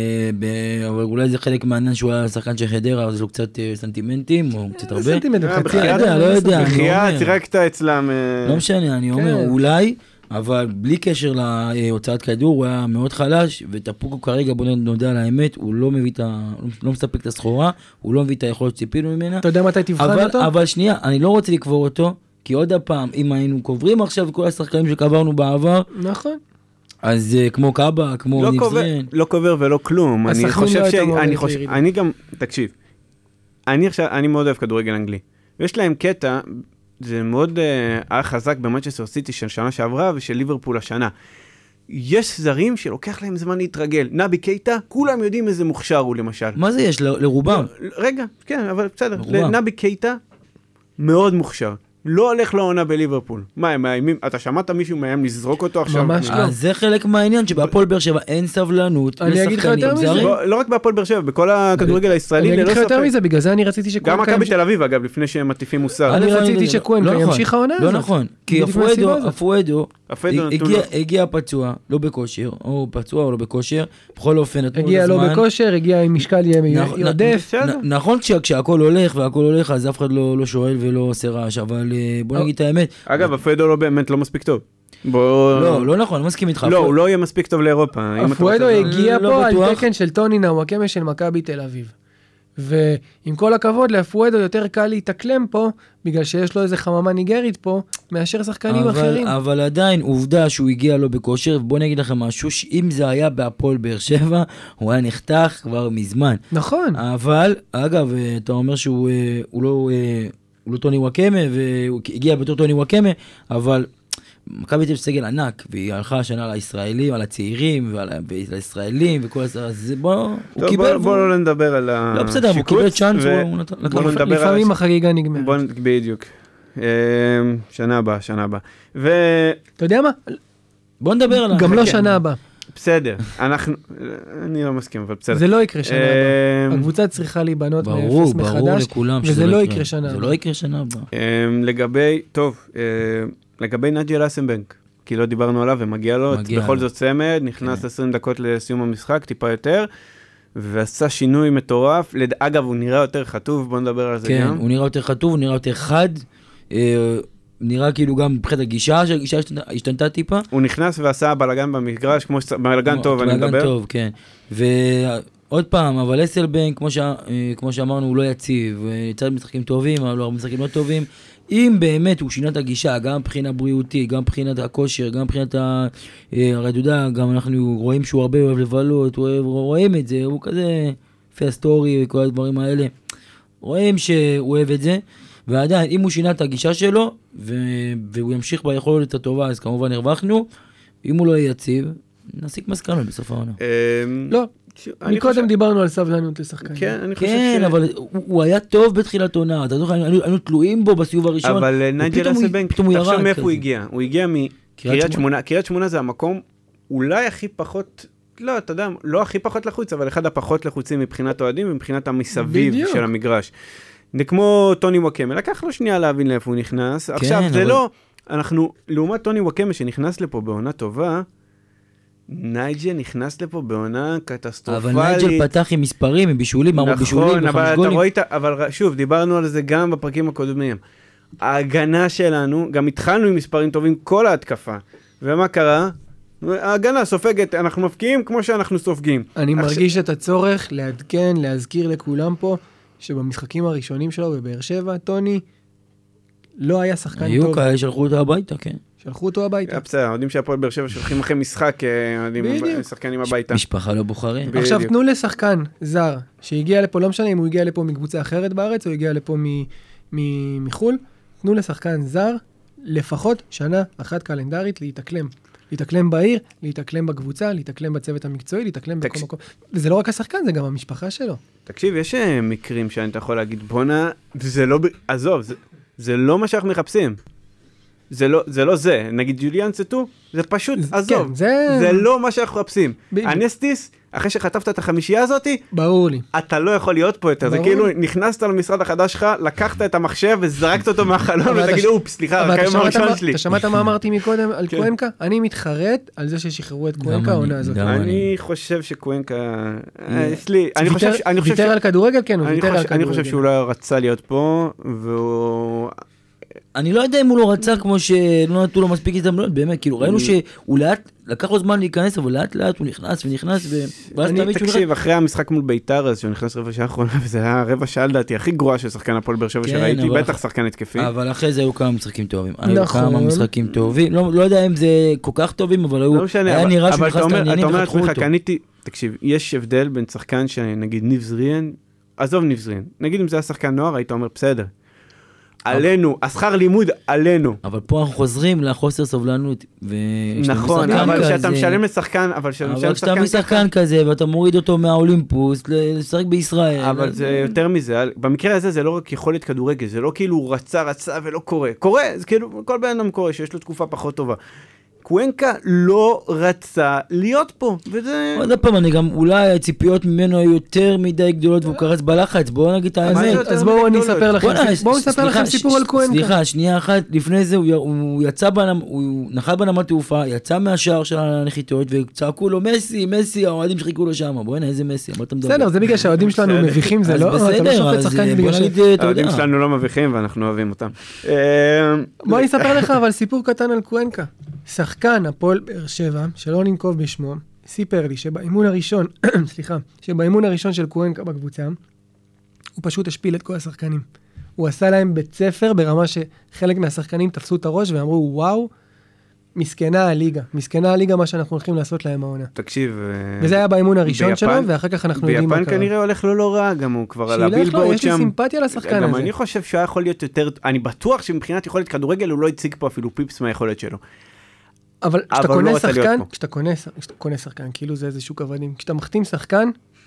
אבל אולי זה חלק מהעניין שהוא היה שחקן של חדרה, אז יש לו קצת סנטימנטים, או קצת הרבה. סנטימנטים, חצי. לא יודע, לא יודע. בחייה, צירקת אצלם... לא משנה, אני אומר, אולי, אבל בלי קשר להוצאת כדור, הוא היה מאוד חלש, וטפוקו כרגע, בוא נודע על האמת, הוא לא מביא את ה... לא מספק את הסחורה, הוא לא מביא את היכולת שציפינו ממנה. אתה יודע מתי תבחן אותו? אבל שנייה, אני לא רוצה לקבור אותו, כי עוד הפעם, אם היינו קוברים עכשיו כל השחקנים שקברנו בעבר, נכון. אז כמו קאבה, כמו נבזרין. לא קובר ולא כלום. אני חושב ש... אני חושב... אני גם... תקשיב. אני עכשיו... אני מאוד אוהב כדורגל אנגלי. ויש להם קטע, זה מאוד היה חזק במנצ'סטר סיטי של שנה שעברה ושל ליברפול השנה. יש זרים שלוקח להם זמן להתרגל. נבי קייטה, כולם יודעים איזה מוכשר הוא למשל. מה זה יש? לרובם? רגע, כן, אבל בסדר. נבי קייטה מאוד מוכשר. לא הולך לעונה בליברפול. מה, הם מאיימים? אתה שמעת מישהו מהם לזרוק אותו עכשיו? ממש לא. אז זה חלק מהעניין, שבהפועל באר שבע אין סבלנות לשחקנים זרים. לא רק בהפועל באר שבע, בכל הכדורגל הישראלי, אני אגיד לך יותר מזה, בגלל זה אני רציתי שקוונקה... גם מכבי תל אביב, אגב, לפני שהם מטיפים מוסר. אני רציתי שקוונקה ימשיך העונה הזאת. לא נכון, כי אפואדו הגיע פצוע, לא בכושר, או פצוע או לא בכושר, בכל אופן... הגיע לא בכושר, הגיע עם משקל יעודף. נכון, כשהכל הולך והכל הולך, אז אף אחד לא שואל ולא עושה רעש, אבל בוא נגיד את האמת. אגב, אפואדו לא באמת לא מספיק טוב. לא, לא נכון, אני מסכים איתך. לא, הוא לא יהיה מספיק טוב לאירופה. אפואדו הגיע פה על תקן של טוני נוואקמה של מכבי תל אביב. ועם כל הכבוד, לאפואדו יותר קל להתאקלם פה, בגלל שיש לו איזה חממה ניגרית פה, מאשר שחקנים אחרים. אבל עדיין, עובדה שהוא הגיע לו בכושר, ובוא נגיד לכם משהו, שאם זה היה בהפועל באר שבע, הוא היה נחתך כבר מזמן. נכון. אבל, אגב, אתה אומר שהוא לא... הוא לא טוני וואקמה, והוא הגיע בתור טוני וואקמה, אבל מכבי תל אביב סגל ענק, והיא הלכה השנה לישראלים, על הצעירים, ועל הישראלים, וכל הזה, אז בוא, הוא קיבל... בוא לא נדבר על השיקוץ. לא בסדר, הוא קיבל צ'אנס, לפעמים החגיגה נגמרת. בדיוק. שנה הבאה, שנה הבאה. אתה יודע מה? בוא נדבר על... גם לא שנה הבאה. בסדר, אנחנו, אני לא מסכים, אבל בסדר. זה לא יקרה שנה הבאה. הקבוצה צריכה להיבנות מאפס מחדש, וזה לא יקרה שנה הבאה. זה לא יקרה שנה הבאה. לגבי, טוב, לגבי נג'ל אסנבנק, כי לא דיברנו עליו ומגיע לו, בכל זאת צמד, נכנס עשרים דקות לסיום המשחק, טיפה יותר, ועשה שינוי מטורף. אגב, הוא נראה יותר חטוב, בוא נדבר על זה גם. כן, הוא נראה יותר חטוב, הוא נראה יותר חד, נראה כאילו גם מבחינת הגישה, שהגישה השתנתה טיפה. הוא נכנס ועשה בלגן במגרש, כמו בלגן טוב, אני מדבר. בלגן טוב, כן. ועוד פעם, אבל אסלבנק, כמו שאמרנו, הוא לא יציב, יצא משחקים טובים, אבל לא משחקים לא טובים. אם באמת הוא שינה את הגישה, גם מבחינה בריאותית, גם מבחינת הכושר, גם מבחינת הרדודה, גם אנחנו רואים שהוא הרבה אוהב לבלות, רואים את זה, הוא כזה פסטורי וכל הדברים האלה. רואים שהוא אוהב את זה. ועדיין, אם הוא שינה את הגישה שלו, והוא ימשיך ביכולת הטובה, אז כמובן הרווחנו. אם הוא לא יהיה יציב, נסיק מסקנות בסוף העונה. לא, מקודם דיברנו על סבלנות לשחקנים. כן, אבל הוא היה טוב בתחילת עונה, אתה זוכר, היינו תלויים בו בסיבוב הראשון. אבל נייג'ל אסלבנק, תחשוב מאיפה הוא הגיע. הוא הגיע מקריית שמונה, קריית שמונה זה המקום אולי הכי פחות, לא, אתה יודע, לא הכי פחות לחוץ, אבל אחד הפחות לחוצים מבחינת אוהדים ומבחינת המסביב של המגרש. זה כמו טוני וואקמה, לקח לו שנייה להבין לאיפה הוא נכנס. כן, עכשיו, זה אבל... לא, אנחנו, לעומת טוני וואקמה שנכנס לפה בעונה טובה, נייג'ל נכנס לפה בעונה קטסטרופלית. אבל נייג'ל פתח עם מספרים, עם בישולים, נכון, בישולים, אבל אתה רואה, אבל שוב, דיברנו על זה גם בפרקים הקודמים. ההגנה שלנו, גם התחלנו עם מספרים טובים כל ההתקפה. ומה קרה? ההגנה סופגת, אנחנו מפקיעים כמו שאנחנו סופגים. אני מרגיש את הצורך לעדכן, להזכיר לכולם פה, שבמשחקים הראשונים שלו בבאר שבע, טוני לא היה שחקן טוב. היו כאלה, שלחו אותו הביתה, כן. שלחו אותו הביתה. בסדר, יודעים שהפועל באר שבע שולחים אחרי משחק, יודעים שחקנים הביתה. משפחה לא בוחרים. עכשיו תנו לשחקן זר, שהגיע לפה, לא משנה אם הוא הגיע לפה מקבוצה אחרת בארץ, או הגיע לפה מחול, תנו לשחקן זר, לפחות שנה אחת קלנדרית להתאקלם. להתאקלם בעיר, להתאקלם בקבוצה, להתאקלם בצוות המקצועי, להתאקלם בכל מקום. וזה לא רק השחקן, זה גם המשפחה שלו. תקשיב, יש מקרים שאני יכול להגיד, בונה, זה לא, עזוב, זה, זה לא מה שאנחנו מחפשים. זה לא זה, לא זה. נגיד ג'וליאן סטו, זה פשוט, עזוב, כן, זה... זה לא מה שאנחנו מחפשים. בדיוק. אנסטיס, אחרי שחטפת את החמישייה הזאת, ברור לי. אתה לא יכול להיות פה יותר, זה ברור. כאילו נכנסת למשרד החדש שלך, לקחת את המחשב וזרקת אותו מהחלום, אבל ותגיד, אתה- אופס, סליחה, אבל אתה הקיים שמעת הראשון מה- שלי. אתה שמעת מה אמרתי מקודם על כן. קוונקה? אני מתחרט על זה ששחררו את גם קוונקה אני, העונה הזאת. גם אני חושב שקוונקה, אה, יש לי, אני ויתר- חושב ש- אני חושב ש- ויתר על כדורגל? כן, הוא אני ויתר על חושב- אני כדורגל. חושב שהוא לא רצה להיות פה, והוא... אני לא יודע אם הוא לא רצה כמו שלא נתנו לו מספיק הזדמנויות, באמת, כאילו ראינו שהוא לאט, לקח לו זמן להיכנס, אבל לאט לאט הוא נכנס ונכנס, ו- ואז אני, תמיד שהוא נכנס, תקשיב, אחרי המשחק מול ביתר, אז שהוא נכנס רבע שעה האחרונה, וזה היה רבע שעה לדעתי הכי גרועה של שחקן הפועל באר שבע כן, שראיתי, אבל- בטח שחקן התקפי. אבל אחרי זה היו כמה משחקים טובים. היו נכון. כמה משחקים טובים, לא לא יודע אם זה כל כך טובים, אבל היו, לא משנה, היה אבל- נראה שהוא אבל נכנס אתה אומר- לעניינים אתה אומר וחתכו לעצמך, אותו. קניתי, תקשיב, יש הבדל בין שחקן שנגיד ניב זריאן, עזוב ניב זריאן, נגיד אם זה היה שחקן נוער, היית אומר בסדר. עלינו, השכר לימוד עלינו. אבל פה אנחנו חוזרים לחוסר סובלנות. ויש לנו נכון, שחקן אבל כזה- כשאתה משלם לשחקן, אבל כשאתה אבל משלם כשאתה מביא לשחקן ככה, שחקן כזה ואתה מוריד אותו מהאולימפוס ל- לשחק בישראל. אבל אז- זה יותר מזה, במקרה הזה זה לא רק יכולת כדורגל, זה לא כאילו הוא רצה, רצה ולא קורה. קורה, זה כאילו כל בן אדם קורה שיש לו תקופה פחות טובה. קוונקה לא רצה להיות פה, וזה... עוד פעם, אני גם, אולי הציפיות ממנו היו יותר מדי גדולות והוא קרץ בלחץ, בואו נגיד את מה האמת. זה אז יותר בואו אני גדולות? אספר לכם, בוא'נה, בואו נספר סליחה, לכם ש- סיפור על קוונקה. סליחה, שנייה אחת, לפני זה הוא, הוא יצא בנמל, הוא נחת בנמל תעופה, יצא מהשער של הנחיתות וצעקו לו מסי, מסי, האוהדים שחיכו לו שם, בוא'נה איזה מסי, מה אתה מדבר? בסדר, זה בגלל שהאוהדים שלנו בסדר. מביכים, זה אז לא, אתה לא בסדר, שופט אז שחקן בוא בגלל ש... נגיד, אתה יודע. האוהדים שלנו לא מביכים ואנחנו אוהבים אותם. אה, בוא אני אספר לך אבל סיפור קטן על קוונקה. שחקן הפועל באר שבע, שלא ננקוב בשמו, סיפר לי שבאימון הראשון, סליחה, שבאימון הראשון של קוונקה בקבוצה, הוא פשוט השפיל את כל השחקנים. הוא עשה להם בית ספר ברמה שחלק מהשחקנים תפסו את הראש ואמרו, וואו, מסכנה הליגה, מסכנה הליגה מה שאנחנו הולכים לעשות להם העונה. תקשיב... אה, וזה היה באימון הראשון ביפן- שלו, ואחר כך אנחנו יודעים מה ביפן קרה. כנראה הולך לו לא רע, גם הוא כבר על שילך לו, הבילבורד יש לי שם. סימפתיה לשחקן גם הזה. אני חושב שהוא היה יכול להיות יותר, אני בטוח שמבחינת יכולת כדורגל הוא לא הציג פה אפילו פיפס מהיכולת שלו. אבל כשאתה אבל הוא לא קונה רצה להיות שחקן, פה. כשאתה קונה, ש- כשאתה קונה שחקן, כאילו זה איזה שוק עבדים, כשאתה מחתים שחקן,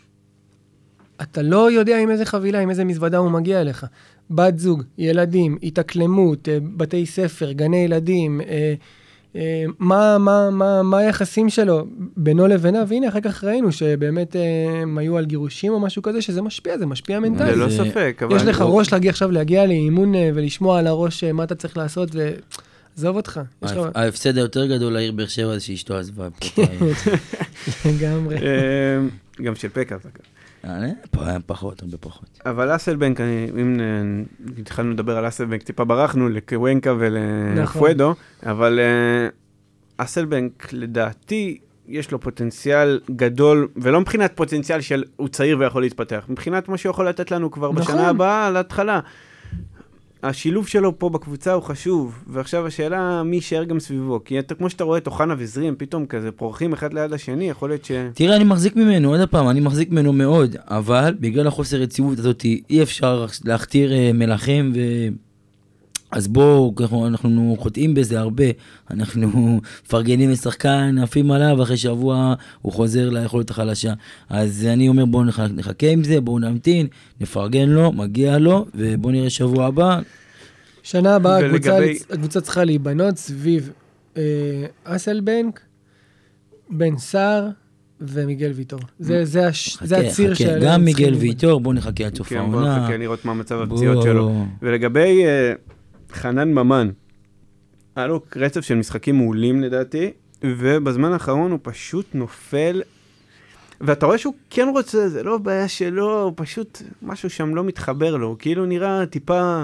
אתה לא יודע עם איזה חבילה, עם איזה מזוודה הוא מגיע אליך. בת זוג, ילדים, התאקלמות, אה, בתי ספר, גני ילדים, אה, אה, מה, מה, מה, מה היחסים שלו בינו לבינה, והנה אחר כך ראינו שבאמת אה, הם היו על גירושים או משהו כזה, שזה משפיע, זה משפיע מנטלי. ללא זה- ספק, אבל... יש לך הוא- ראש להגיע עכשיו להגיע לאימון אה, ולשמוע על הראש אה, מה אתה צריך לעשות, ועזוב אותך. יש לך ההפ- ההפסד היותר גדול לעיר באר שבע זה שאשתו עזבה. פה את העיר. לגמרי. אה, גם של פקארט. אה, פ- פחות, הרבה פחות. אבל אסלבנק, אני- אם נ- התחלנו לדבר על אסלבנק, טיפה ברחנו לקוונקה נכון. ולפואדו, אבל אה, אסלבנק לדעתי יש לו פוטנציאל גדול, ולא מבחינת פוטנציאל של הוא צעיר ויכול להתפתח, מבחינת מה שהוא יכול לתת לנו כבר נכון. בשנה הבאה על ההתחלה. השילוב שלו פה בקבוצה הוא חשוב, ועכשיו השאלה מי יישאר גם סביבו, כי אתה, כמו שאתה רואה את אוחנה וזרים, פתאום כזה פורחים אחד ליד השני, יכול להיות ש... תראה, אני מחזיק ממנו, עוד פעם, אני מחזיק ממנו מאוד, אבל בגלל החוסר יציבות הזאת אי אפשר להכתיר אה, מלכים, ו... אז בואו, אנחנו, אנחנו חוטאים בזה הרבה, אנחנו מפרגנים לשחקן, עפים עליו, אחרי שבוע הוא חוזר ליכולת החלשה. אז אני אומר, בואו נח, נחכה עם זה, בואו נמתין, נפרגן לו, מגיע לו, ובואו נראה שבוע הבא. שנה הבאה הקבוצה, ולגבי- הקבוצה צריכה להיבנות סביב אה, אסלבנק, בן סער ומיגל ויטור. זה, זה, הש, זה חכה, הציר חכה, שעליהם גם צריכים מיגל להיבנות. ויטור, בואו נחכה עד סוף כן, בוא העונה. נחכה לראות מה מצב בוא. הפציעות שלו. ולגבי uh, חנן ממן, היה לו רצף של משחקים מעולים לדעתי, ובזמן האחרון הוא פשוט נופל, ואתה רואה שהוא כן רוצה, זה לא בעיה שלו, הוא פשוט, משהו שם לא מתחבר לו, הוא כאילו נראה טיפה,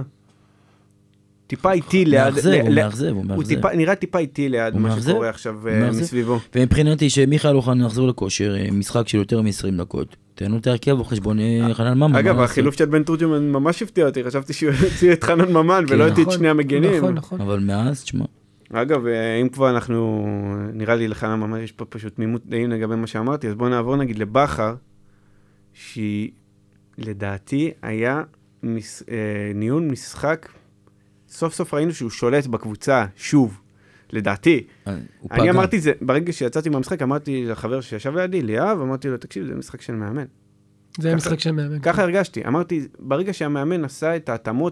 טיפה איטי ליד, מאכזב, ל- הוא ל- מאכזב, הוא הוא מאכזב. טיפה, נראה טיפה איטי ליד הוא מה מאכזב. שקורה עכשיו הוא uh, מאכזב. מסביבו. ומבחינתי שמיכאל אוחנה יחזור לכושר, אה, משחק של יותר מ-עשרים דקות. תן לו את ההרכב על חשבון אה, חנן ממן. אגב, מה החילוף של בן תורג'מן ממש הפתיע אותי, חשבתי שהוא יוציא את חנן ממן כן, ולא יוציא את נכון, שני המגנים. נכון, נכון. לעשות? אבל מאז, תשמע. אגב, אם כבר אנחנו, נראה לי לחנן ממש, יש פה פשוט תמימות דעים לגבי מה שאמרתי, אז בואו נעבור נגיד לבחר, שהיא לדעתי היה מס, אה, ניהול משחק, סוף סוף ראינו שהוא שולט בקבוצה, שוב, לדעתי. אה, הוא אני פגע. אמרתי זה, ברגע שיצאתי מהמשחק, אמרתי לחבר שישב לידי, ליאב, אמרתי לו, תקשיב, זה משחק של מאמן. זה ככה- משחק של מאמן. ככה הרגשתי, אמרתי, ברגע שהמאמן עשה את ההתאמות,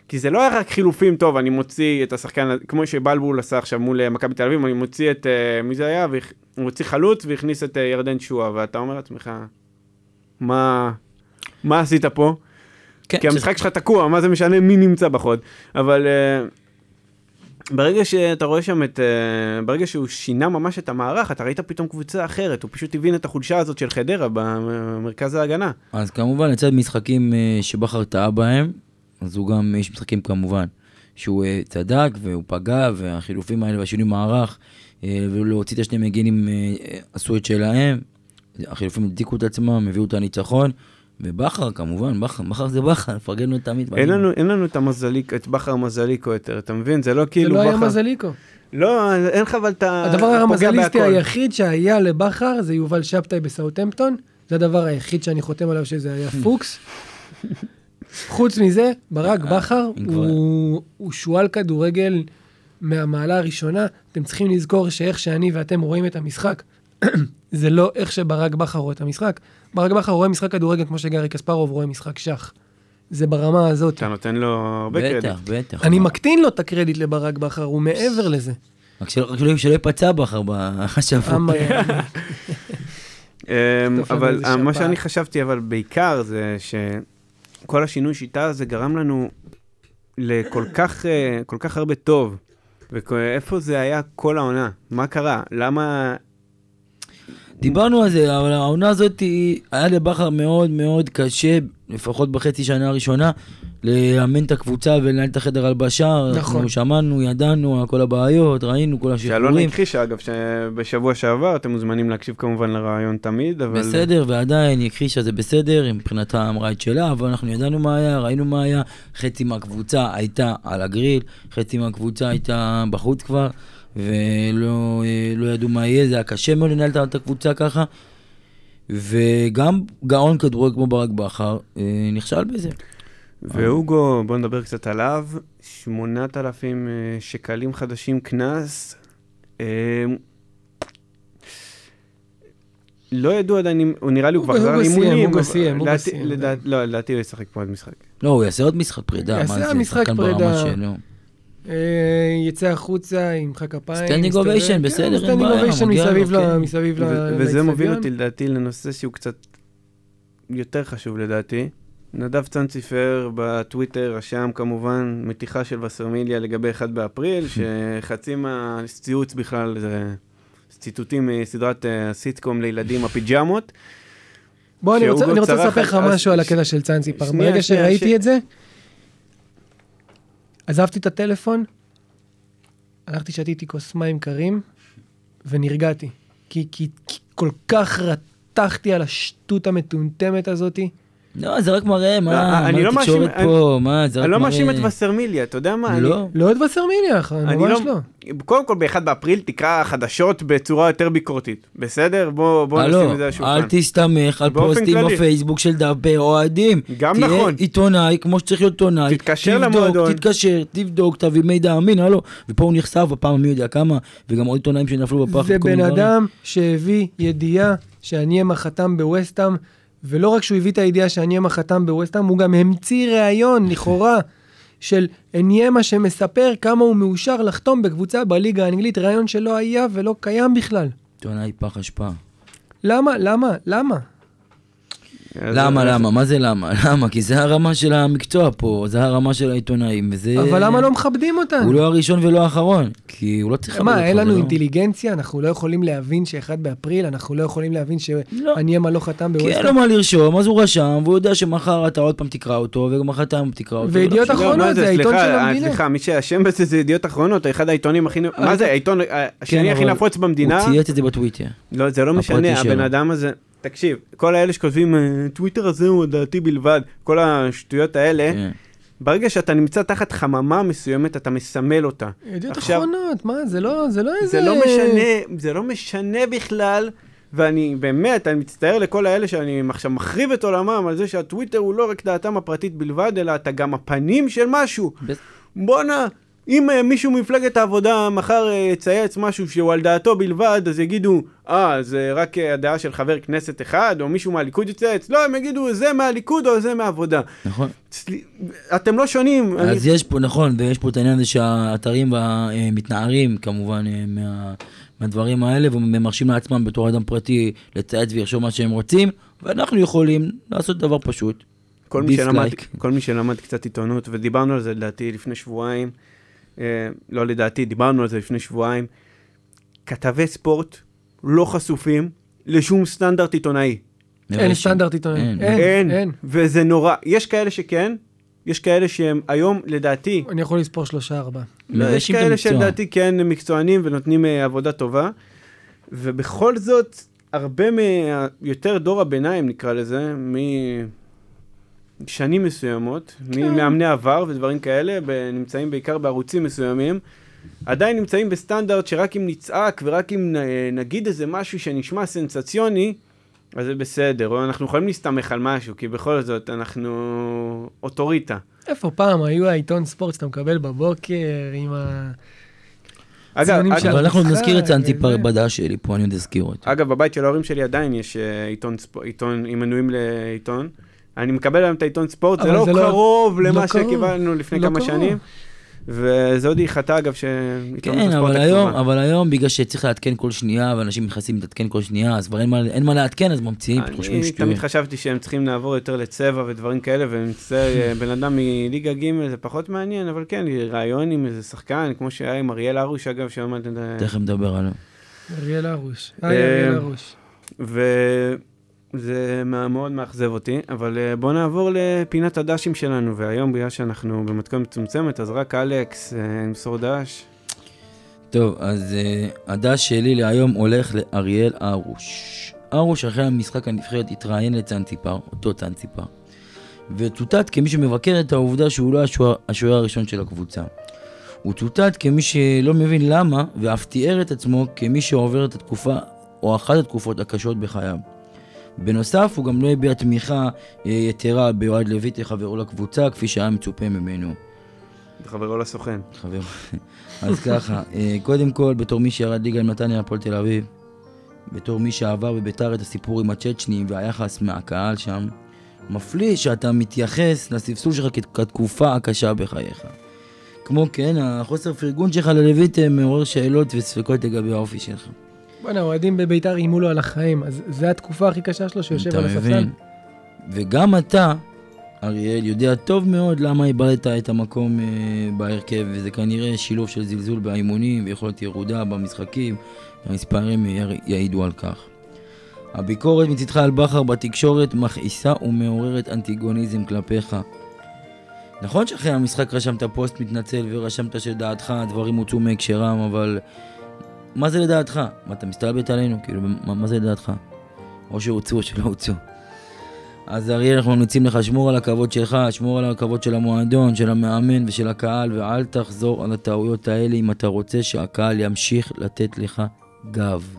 כי זה לא היה רק חילופים טוב, אני מוציא את השחקן, כמו שבלבול עשה עכשיו מול מכבי תל אביב, אני מוציא את, מי זה היה, הוא מוציא חלוץ והכניס את ירדן שואה, ואתה אומר לעצמך, מה, מה עשית פה? כן, כי המשחק שלך תקוע, מה זה משנה מי נמצא בחוד, אבל uh, ברגע שאתה רואה שם את, uh, ברגע שהוא שינה ממש את המערך, אתה ראית פתאום קבוצה אחרת, הוא פשוט הבין את החולשה הזאת של חדרה במרכז ההגנה. אז כמובן, לצד משחקים uh, שבחר טעה בהם, אז הוא גם, יש משחקים כמובן, שהוא uh, צדק והוא פגע, והחילופים האלה והשינוי מערך, uh, ולהוציא את השני מגנים uh, עשו את שלהם, החילופים הדיקו את עצמם, הביאו את הניצחון, ובחר כמובן, בחר, בחר זה בחר, פרגן לו תמיד. אין לנו, אין לנו את המזליק, את בחר מזליקו יותר, אתה מבין? זה לא כאילו בחר. בחר. זה לא היה מזליקו. לא, אין לך אבל את הדבר המזליסטי היחיד שהיה לבחר, זה יובל שבתאי בסאוטהמפטון, זה הדבר היחיד שאני חותם עליו שזה היה פוקס. חוץ מזה, ברק בכר הוא, הוא שואל כדורגל מהמעלה הראשונה, אתם צריכים לזכור שאיך שאני ואתם רואים את המשחק, זה לא איך שברק בכר רואה את המשחק. ברק בכר רואה משחק כדורגל כמו שגרי קספרוב רואה משחק שח. זה ברמה הזאת. אתה נותן לו הרבה קרדיט. בטח, בטח. אני מקטין לו את הקרדיט לברק בכר, הוא מעבר לזה. רק שלא יפצע בכר בשבוע. אבל מה שאני חשבתי, אבל בעיקר זה שכל השינוי שיטה זה גרם לנו לכל כך, כל כך הרבה טוב. ואיפה זה היה כל העונה? מה קרה? למה... דיברנו על זה, אבל העונה הזאת היה לבחר מאוד מאוד קשה, לפחות בחצי שנה הראשונה, לאמן את הקבוצה ולנהל את החדר הלבשה. נכון. אנחנו שמענו, ידענו, כל הבעיות, ראינו כל השחרורים. שאלון הכחישה, אגב, שבשבוע שעבר, אתם מוזמנים להקשיב כמובן לרעיון תמיד, אבל... בסדר, ועדיין הכחישה זה בסדר, מבחינתה אמרה את שלה, אבל אנחנו ידענו מה היה, ראינו מה היה, חצי מהקבוצה הייתה על הגריל, חצי מהקבוצה הייתה בחוץ כבר, ולא לא ידעו מה יהיה, זה היה קשה מאוד לנהל את הקבוצה ככה, וגם גאון כדורגל כמו ברק בכר נכשל בזה. ואוגו, בוא נדבר קצת עליו, שמונת אלפים שקלים חדשים כנס, לא ידעו עדיין, הוא נראה לי הוא כבר חזר לאימונים, הוא סיים, הוא סיים. לא, לדעתי הוא ישחק פה עוד משחק. לא, הוא יעשה עוד משחק פרידה, יעשה משחק פרידה. יצא החוצה עם חק הפיים. סטנדינג אוביישן, בסדר. סטנדינג אוביישן מסביב לאצטדיון. וזה מוביל אותי לדעתי לנושא שהוא קצת יותר חשוב לדעתי. נדב צנציפר בטוויטר רשם כמובן מתיחה של וסרמיליה לגבי אחד באפריל, שחצי מהציוץ בכלל זה ציטוטים מסדרת הסיטקום לילדים הפיג'מות. בוא, אני רוצה לספר לך משהו על הקטע של צנציפר. ברגע שראיתי את זה, עזבתי את הטלפון, הלכתי שתיתי כוס מים קרים, ונרגעתי. כי, כי, כי כל כך רתחתי על השטות המטומטמת הזאת. לא, זה רק מראה, מה, מה התקשורת פה, מה, זה רק מראה. אני לא מאשים את וסרמיליה, אתה יודע מה? לא. לא את וסרמיליה, ממש לא. קודם כל, באחד באפריל תקרא חדשות בצורה יותר ביקורתית. בסדר? בוא נשים את זה השולחן. אל תסתמך על פוסטים בפייסבוק של דפי אוהדים. גם נכון. תהיה עיתונאי, כמו שצריך להיות עיתונאי. תתקשר למועדון. תתקשר, תבדוק, תביא מידע אמין, הלו. ופה הוא נחשף, בפעם מי יודע כמה, וגם עוד עיתונאים שנפלו בפח. זה בן אדם שהביא ידיעה שהניאמה חתם בווסטהאם, ולא רק שהוא הביא את הידיעה שהניאמה חתם בווסטהאם, הוא גם המציא ראיון לכאורה של הניאמה שמספר כמה הוא מאושר לחתום בקבוצה בליגה האנגלית, ראיון שלא היה ולא קיים בכלל. עיתונאי פח השפעה. למה? למה? למה? למה, למה? מה זה למה? למה? כי זה הרמה של המקצוע פה, זה הרמה של העיתונאים, וזה... אבל למה לא מכבדים אותנו? הוא לא הראשון ולא האחרון, כי הוא לא צריך... מה, אין לנו אינטליגנציה? אנחנו לא יכולים להבין שאחד באפריל, אנחנו לא יכולים להבין שהניאמה לא חתם בווסטהאם? כי אין לו מה לרשום, אז הוא רשם, והוא יודע שמחר אתה עוד פעם תקרא אותו, ומחרתם תקרא אותו. וידיעות אחרונות, זה העיתון של המדינה. סליחה, מי שהשם בזה זה ידיעות אחרונות, אחד העיתונים הכי... מה זה, העיתון השני הכי נפוץ במדינה? הוא צייץ את זה בטוויטר. לא, זה לא משנה, הבן אדם הזה... תקשיב, כל האלה שכותבים, טוויטר הזה הוא דעתי בלבד, כל השטויות האלה, ברגע שאתה נמצא תחת חממה מסוימת, אתה מסמל אותה. ידיעות אחרונות, מה? זה לא איזה... זה לא משנה, זה לא משנה בכלל, ואני באמת, אני מצטער לכל האלה שאני עכשיו מחריב את עולמם על זה שהטוויטר הוא לא רק דעתם הפרטית בלבד, אלא אתה גם הפנים של משהו. בואנה, אם מישהו מפלגת העבודה מחר יצייץ משהו שהוא על דעתו בלבד, אז יגידו, אה, זה רק הדעה של חבר כנסת אחד, או מישהו מהליכוד יצייץ. לא, הם יגידו, זה מהליכוד או זה מהעבודה. נכון. אתם לא שונים. אז יש פה, נכון, ויש פה את העניין הזה שהאתרים מתנערים, כמובן, מהדברים האלה, ומרשים לעצמם בתור אדם פרטי לצייץ וירשום מה שהם רוצים, ואנחנו יכולים לעשות דבר פשוט. כל מי שלמד, כל מי שלמד קצת עיתונות, ודיברנו על זה לדעתי לפני שבועיים, לא לדעתי, דיברנו על זה לפני שבועיים, כתבי ספורט לא חשופים לשום סטנדרט עיתונאי. אין סטנדרט עיתונאי. אין, אין, אין. וזה נורא. יש כאלה שכן, יש כאלה שהם היום, לדעתי... אני יכול לספור שלושה, ארבע. יש כאלה שלדעתי כן מקצוענים ונותנים עבודה טובה, ובכל זאת, הרבה מיותר דור הביניים, נקרא לזה, משנים מסוימות, ממאמני עבר ודברים כאלה, נמצאים בעיקר בערוצים מסוימים, עדיין נמצאים בסטנדרט שרק אם נצעק ורק אם נגיד איזה משהו שנשמע סנסציוני, אז זה בסדר, או אנחנו יכולים להסתמך על משהו, כי בכל זאת אנחנו אוטוריטה. איפה פעם היו העיתון ספורט שאתה מקבל בבוקר עם ה... אגב, אבל אנחנו נזכיר את זה אנטיפר בדעה שלי, פה אני עוד אזכיר אותו. אגב, בבית של ההורים שלי עדיין יש עיתון, עם מנויים לעיתון. אני מקבל להם את העיתון ספורט, זה לא קרוב למה שקיבלנו לפני כמה שנים. וזה עוד יחתה, אגב, כן, אבל היום, אבל היום, בגלל שצריך להתקן כל שנייה, ואנשים נכנסים להתקן כל שנייה, אז כבר אין מה להתקן, אז ממציאים, חושבים שטויים. אני תמיד חשבתי שהם צריכים לעבור יותר לצבע ודברים כאלה, ונמצא בן אדם מליגה ג' זה פחות מעניין, אבל כן, רעיון עם איזה שחקן, כמו שהיה עם אריאל הרוש, אגב, שעמד... תכף נדבר עליו. אריאל הרוש. אריאל הרוש. זה מאוד מאכזב אותי, אבל בוא נעבור לפינת הדשים שלנו, והיום בגלל שאנחנו במתכונת מצומצמת, אז רק אלכס ימסור דש. טוב, אז הדש שלי להיום הולך לאריאל הרוש. הרוש אחרי המשחק הנבחרת התראיין לצנציפר, אותו צנציפר, וצוטט כמי שמבקר את העובדה שהוא לא השוער הראשון של הקבוצה. הוא צוטט כמי שלא מבין למה, ואף תיאר את עצמו כמי שעובר את התקופה, או אחת התקופות הקשות בחייו. בנוסף, הוא גם לא הביע תמיכה יתרה ביועד לויט חברו לקבוצה, כפי שהיה מצופה ממנו. חברו לסוכן. חברו. אז ככה, קודם כל, בתור מי שירד ליגה עם נתניה הפועל תל אביב, בתור מי שעבר בביתר את הסיפור עם הצ'צ'נים והיחס מהקהל שם, מפליא שאתה מתייחס לספסול שלך כתקופה הקשה בחייך. כמו כן, החוסר פרגון שלך ללויט מעורר שאלות וספקות לגבי האופי שלך. בוא'נה, אוהדים בביתר אימו לו על החיים, אז זו התקופה הכי קשה שלו שיושב על הספסל. וגם אתה, אריאל, יודע טוב מאוד למה איבדת את המקום אה, בהרכב, וזה כנראה שילוב של זלזול באימונים ויכולת ירודה במשחקים, המספרים יעידו על כך. הביקורת מצדך על בכר בתקשורת מכעיסה ומעוררת אנטיגוניזם כלפיך. נכון שאחרי המשחק רשמת פוסט מתנצל ורשמת שדעתך הדברים הוצאו מהקשרם, אבל... מה זה לדעתך? מה, אתה מסתלבט עלינו? כאילו, מה, מה זה לדעתך? או שהוצאו או שלא הוצאו. אז אריאל, אנחנו ממליצים לך, שמור על הכבוד שלך, שמור על הכבוד של המועדון, של המאמן ושל הקהל, ואל תחזור על הטעויות האלה אם אתה רוצה שהקהל ימשיך לתת לך גב.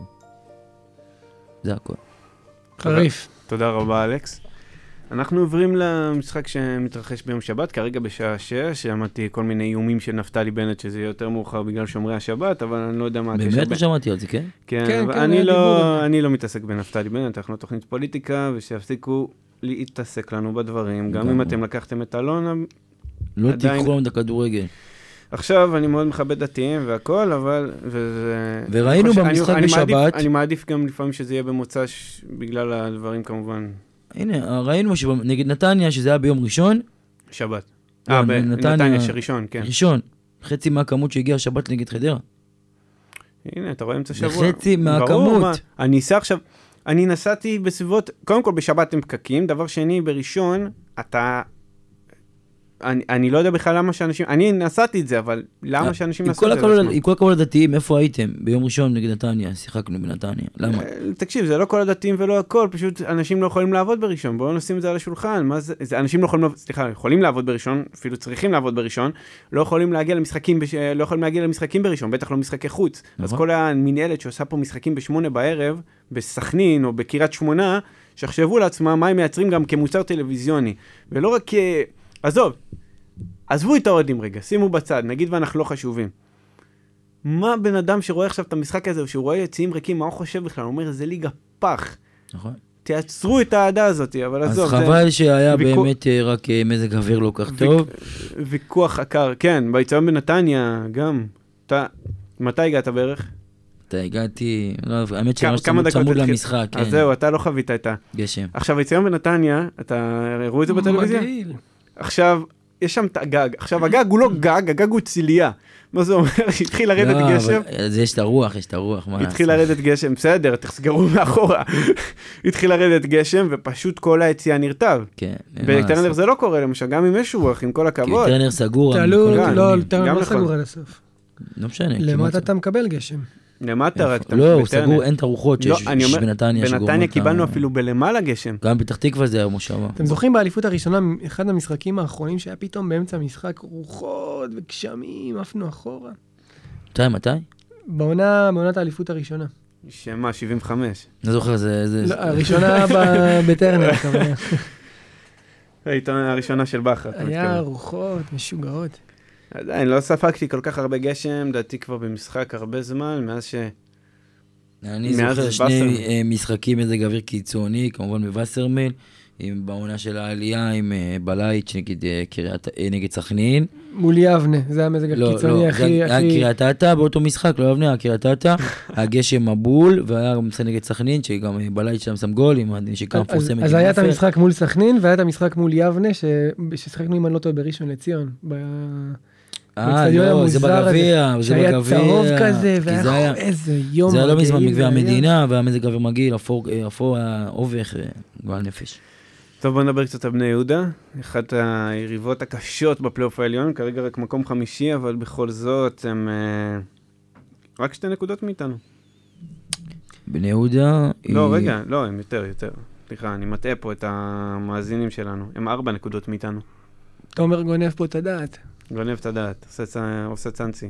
זה הכל. חריף. תודה רבה, אלכס. אנחנו עוברים למשחק שמתרחש ביום שבת, כרגע בשעה שש, שמעתי כל מיני איומים של נפתלי בנט, שזה יהיה יותר מאוחר בגלל שומרי השבת, אבל אני לא יודע מה... באמת לא שמעתי על זה, כן? כן, כן, אבל אני לא, אני לא מתעסק בנפתלי בנט, אנחנו תוכנית פוליטיקה, ושיפסיקו להתעסק לנו בדברים, גם אם אתם לקחתם את אלונה... לא תיקחו את הכדורגל. עכשיו, אני מאוד מכבד דתיים והכל, אבל... וראינו במשחק בשבת... אני מעדיף גם לפעמים שזה יהיה במוצא, בגלל הדברים כמובן... הנה, ראינו נגד נתניה, שזה היה ביום ראשון. שבת. אה, בנתניה שראשון, כן. ראשון. חצי מהכמות שהגיעה שבת נגד חדרה. הנה, אתה רואה אמצע שבוע. חצי מהכמות. אני אסע עכשיו, אני נסעתי בסביבות, קודם כל בשבת הם פקקים, דבר שני, בראשון, אתה... אני, אני לא יודע בכלל למה שאנשים, אני נסעתי את זה, אבל למה שאנשים נסעו את זה? עם כל הכבוד הדתיים, איפה הייתם? ביום ראשון נגד נתניה, שיחקנו בנתניה, למה? תקשיב, זה לא כל הדתיים ולא הכל, פשוט אנשים לא יכולים לעבוד בראשון, בואו נשים את זה על השולחן, מה זה? זה אנשים לא יכולים, סליחה, יכולים לעבוד בראשון, אפילו צריכים לעבוד בראשון, לא יכולים להגיע למשחקים, לא יכולים להגיע למשחקים בראשון, בטח לא משחקי חוץ. אז כל המנהלת שעושה פה משחקים בשמונה בערב, בסכנין או בקריית שמונה, שחשבו לעצמם מה הם מייצרים גם כמוצר טלוויזיוני, ולא רק עזוב, עזבו את האוהדים רגע, שימו בצד, נגיד ואנחנו לא חשובים. מה בן אדם שרואה עכשיו את המשחק הזה, או שהוא רואה יציאים ריקים, מה הוא חושב בכלל? הוא אומר, זה ליגה פח. נכון. תייצרו את העדה הזאת, אבל אז עזוב. חבל שהיה באמת רק מזג אוויר לא כך טוב. ויכוח עקר, כן, ביציון בנתניה גם. מתי הגעת בערך? אתה הגעתי, האמת שממש צמוד למשחק. אז זהו, אתה לא חווית את הגשם. עכשיו, ביציון בנתניה, אתה ראו את זה בטלוויזיה? מגעיל. עכשיו, יש שם את הגג. עכשיו, הגג הוא לא גג, הגג הוא צילייה. מה זה אומר? התחיל לרדת גשם. אז יש את הרוח, יש את הרוח, מה לעשות? התחיל לרדת גשם, בסדר, תחסגרו מאחורה. התחיל לרדת גשם, ופשוט כל היציאה נרטב. כן. בטרנר זה לא קורה, למשל, גם אם יש רוח, עם כל הכבוד. כי טרנר סגור. תעלו, לא, טרנר לא סגור עד הסוף. לא משנה. למטה אתה מקבל גשם. למטה רק. לא, הוא סגור, אין את הרוחות שיש בנתניה. בנתניה קיבלנו אפילו בלמעלה גשם. גם פתח תקווה זה היה מושבה. אתם זוכרים באליפות הראשונה, אחד המשחקים האחרונים שהיה פתאום באמצע המשחק רוחות וגשמים, עפנו אחורה. מתי, מתי? בעונה, בעונת האליפות הראשונה. שמה, שבעים וחמש. לא זוכר, זה... לא, הראשונה בטרנר, כמובן. הראשונה של בכר. היה רוחות, משוגעות. עדיין, לא ספגתי כל כך הרבה גשם, דעתי כבר במשחק הרבה זמן, מאז ש... אני זוכר שני משחקים מזג אוויר קיצוני, כמובן בווסרמיל, בעונה של העלייה עם בלייץ' נגד סכנין. מול יבנה, זה המזג הקיצוני הכי... לא, לא, היה קריית אתא באותו משחק, לא יבנה, היה קריית אתא, הגשם מבול, והיה גם משחק נגד סכנין, שגם בלייץ' שם שם גול, עם שגם פורסם את אז היה את המשחק מול סכנין, והיה את המשחק מול יבנה, ששחקנו עם הנוטו בראשון לציון. אה, לא, זה בגביע, זה בגביע. שהיה צהוב כזה, והיה איזה יום. זה היה לא מזמן מגביע המדינה, והמזג אוויר מגעיל, אפור האובך, גועל נפש. טוב, בוא נדבר קצת על בני יהודה. אחת היריבות הקשות בפלייאוף העליון, כרגע רק מקום חמישי, אבל בכל זאת הם רק שתי נקודות מאיתנו. בני יהודה... לא, רגע, לא, הם יותר, יותר. סליחה, אני מטעה פה את המאזינים שלנו. הם ארבע נקודות מאיתנו. תומר גונב פה את הדעת. גונב את הדעת, עושה צאנצי.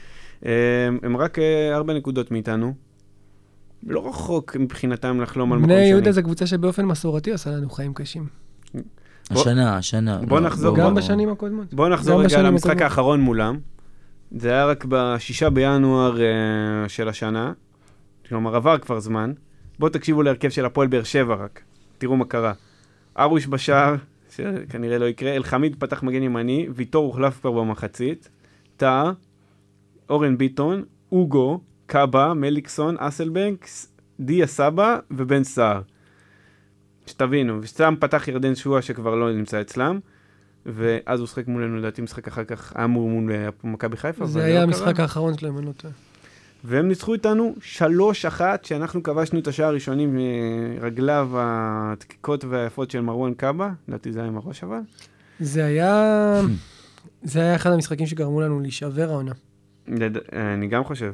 הם רק ארבע נקודות מאיתנו. לא רחוק מבחינתם לחלום על מקום שני. בני יהודה זה קבוצה שבאופן מסורתי עושה לנו חיים קשים. השנה, השנה. בוא נחזור. גם בשנים הקודמות. בוא נחזור רגע למשחק האחרון מולם. זה היה רק בשישה בינואר של השנה. כלומר, עבר כבר זמן. בואו תקשיבו להרכב של הפועל באר שבע רק. תראו מה קרה. ארוש בשער, שכנראה לא יקרה. אלחמיד פתח מגן ימני. ויטור הוחלף כבר במחצית. טאה, אורן ביטון, אוגו, קאבה, מליקסון, אסלבנקס, דיה סבא ובן סער. שתבינו, ושם פתח ירדן שואה שכבר לא נמצא אצלם, ואז הוא שחק מולנו, לדעתי משחק אחר כך אמור מול מכבי חיפה. זה היה המשחק האחרון שלהם, אני לא טועה. והם ניצחו איתנו שלוש אחת, שאנחנו כבשנו את השער הראשונים מרגליו התקיקות והיפות של מרואן קאבה, לדעתי זה היה עם הראש אבל. זה היה, זה היה אחד המשחקים שגרמו לנו להישבר העונה. אני גם חושב,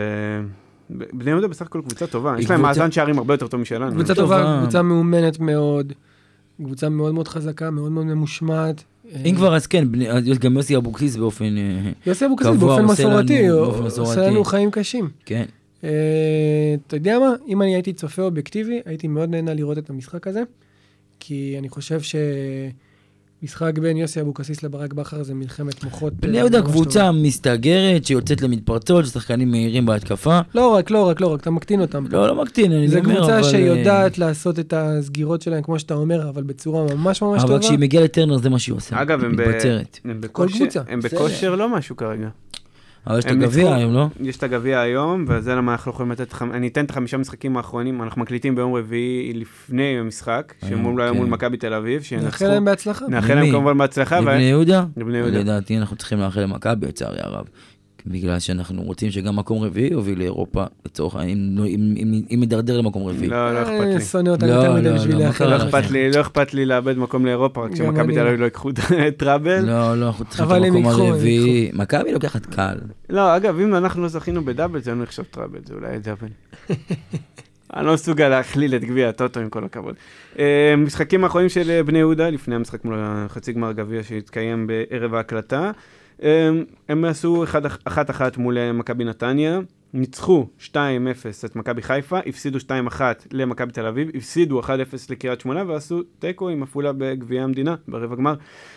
ובני יהודה בסך הכל קבוצה טובה, יש להם מאזן שערים הרבה יותר טוב משלנו. קבוצה טובה, קבוצה מאומנת מאוד, קבוצה מאוד מאוד חזקה, מאוד מאוד ממושמעת. אם כבר אז כן, גם יוסי אבוקסיס באופן קבוע, יוסי אבוקסיס באופן מסורתי, עושה לנו חיים קשים. כן. אתה יודע מה? אם אני הייתי צופה אובייקטיבי, הייתי מאוד נהנה לראות את המשחק הזה, כי אני חושב ש... משחק בין יוסי אבוקסיס לברק בכר זה מלחמת מוחות. בני יהודה קבוצה מסתגרת שיוצאת למתפרצות, ששחקנים מהירים בהתקפה. לא רק, לא רק, לא רק, אתה מקטין אותם. לא, לא מקטין, אני אומר, אבל... זו קבוצה שיודעת לעשות את הסגירות שלהם, כמו שאתה אומר, אבל בצורה ממש ממש טובה. אבל כשהיא מגיעה לטרנר זה מה שהיא עושה. אגב, כל קבוצה. הם בכושר לא משהו כרגע. אבל יש את הגביע היום, לא? יש את הגביע היום, וזה למה אנחנו יכולים לתת, אני אתן את החמישה משחקים האחרונים, אנחנו מקליטים ביום רביעי לפני המשחק, שמול היה מול מכבי תל אביב, נאחל להם בהצלחה. נאחל להם כמובן בהצלחה. לבני יהודה? לבני יהודה. לדעתי אנחנו צריכים לאחל למכבי, לצערי הרב. בגלל שאנחנו רוצים שגם מקום רביעי יוביל לאירופה, לצורך, אם מדרדר למקום רביעי. לא, לא אכפת לי. שונא אותה יותר מדי בשביל לאחל. לא אכפת לי לאבד מקום לאירופה, רק שמכבי תל אביב לא יקחו טראבל. לא, לא, אנחנו צריכים את המקום הרביעי. מכבי לוקחת קל. לא, אגב, אם אנחנו לא זכינו בדאבל, זה לא נחשב טראבל, זה אולי דאבל. אני לא מסוגל להכליל את גביע הטוטו עם כל הכבוד. משחקים האחרונים של בני יהודה, לפני המשחק מול חצי גמר גביע שהתקיים בערב ההקלטה. הם עשו אחת אחת מול מכבי נתניה, ניצחו שתיים אפס את מכבי חיפה, הפסידו שתיים אחת למכבי תל אביב, הפסידו אחת אפס לקריית שמונה, ועשו טקו עם עפולה בגביע המדינה, ברבע גמר.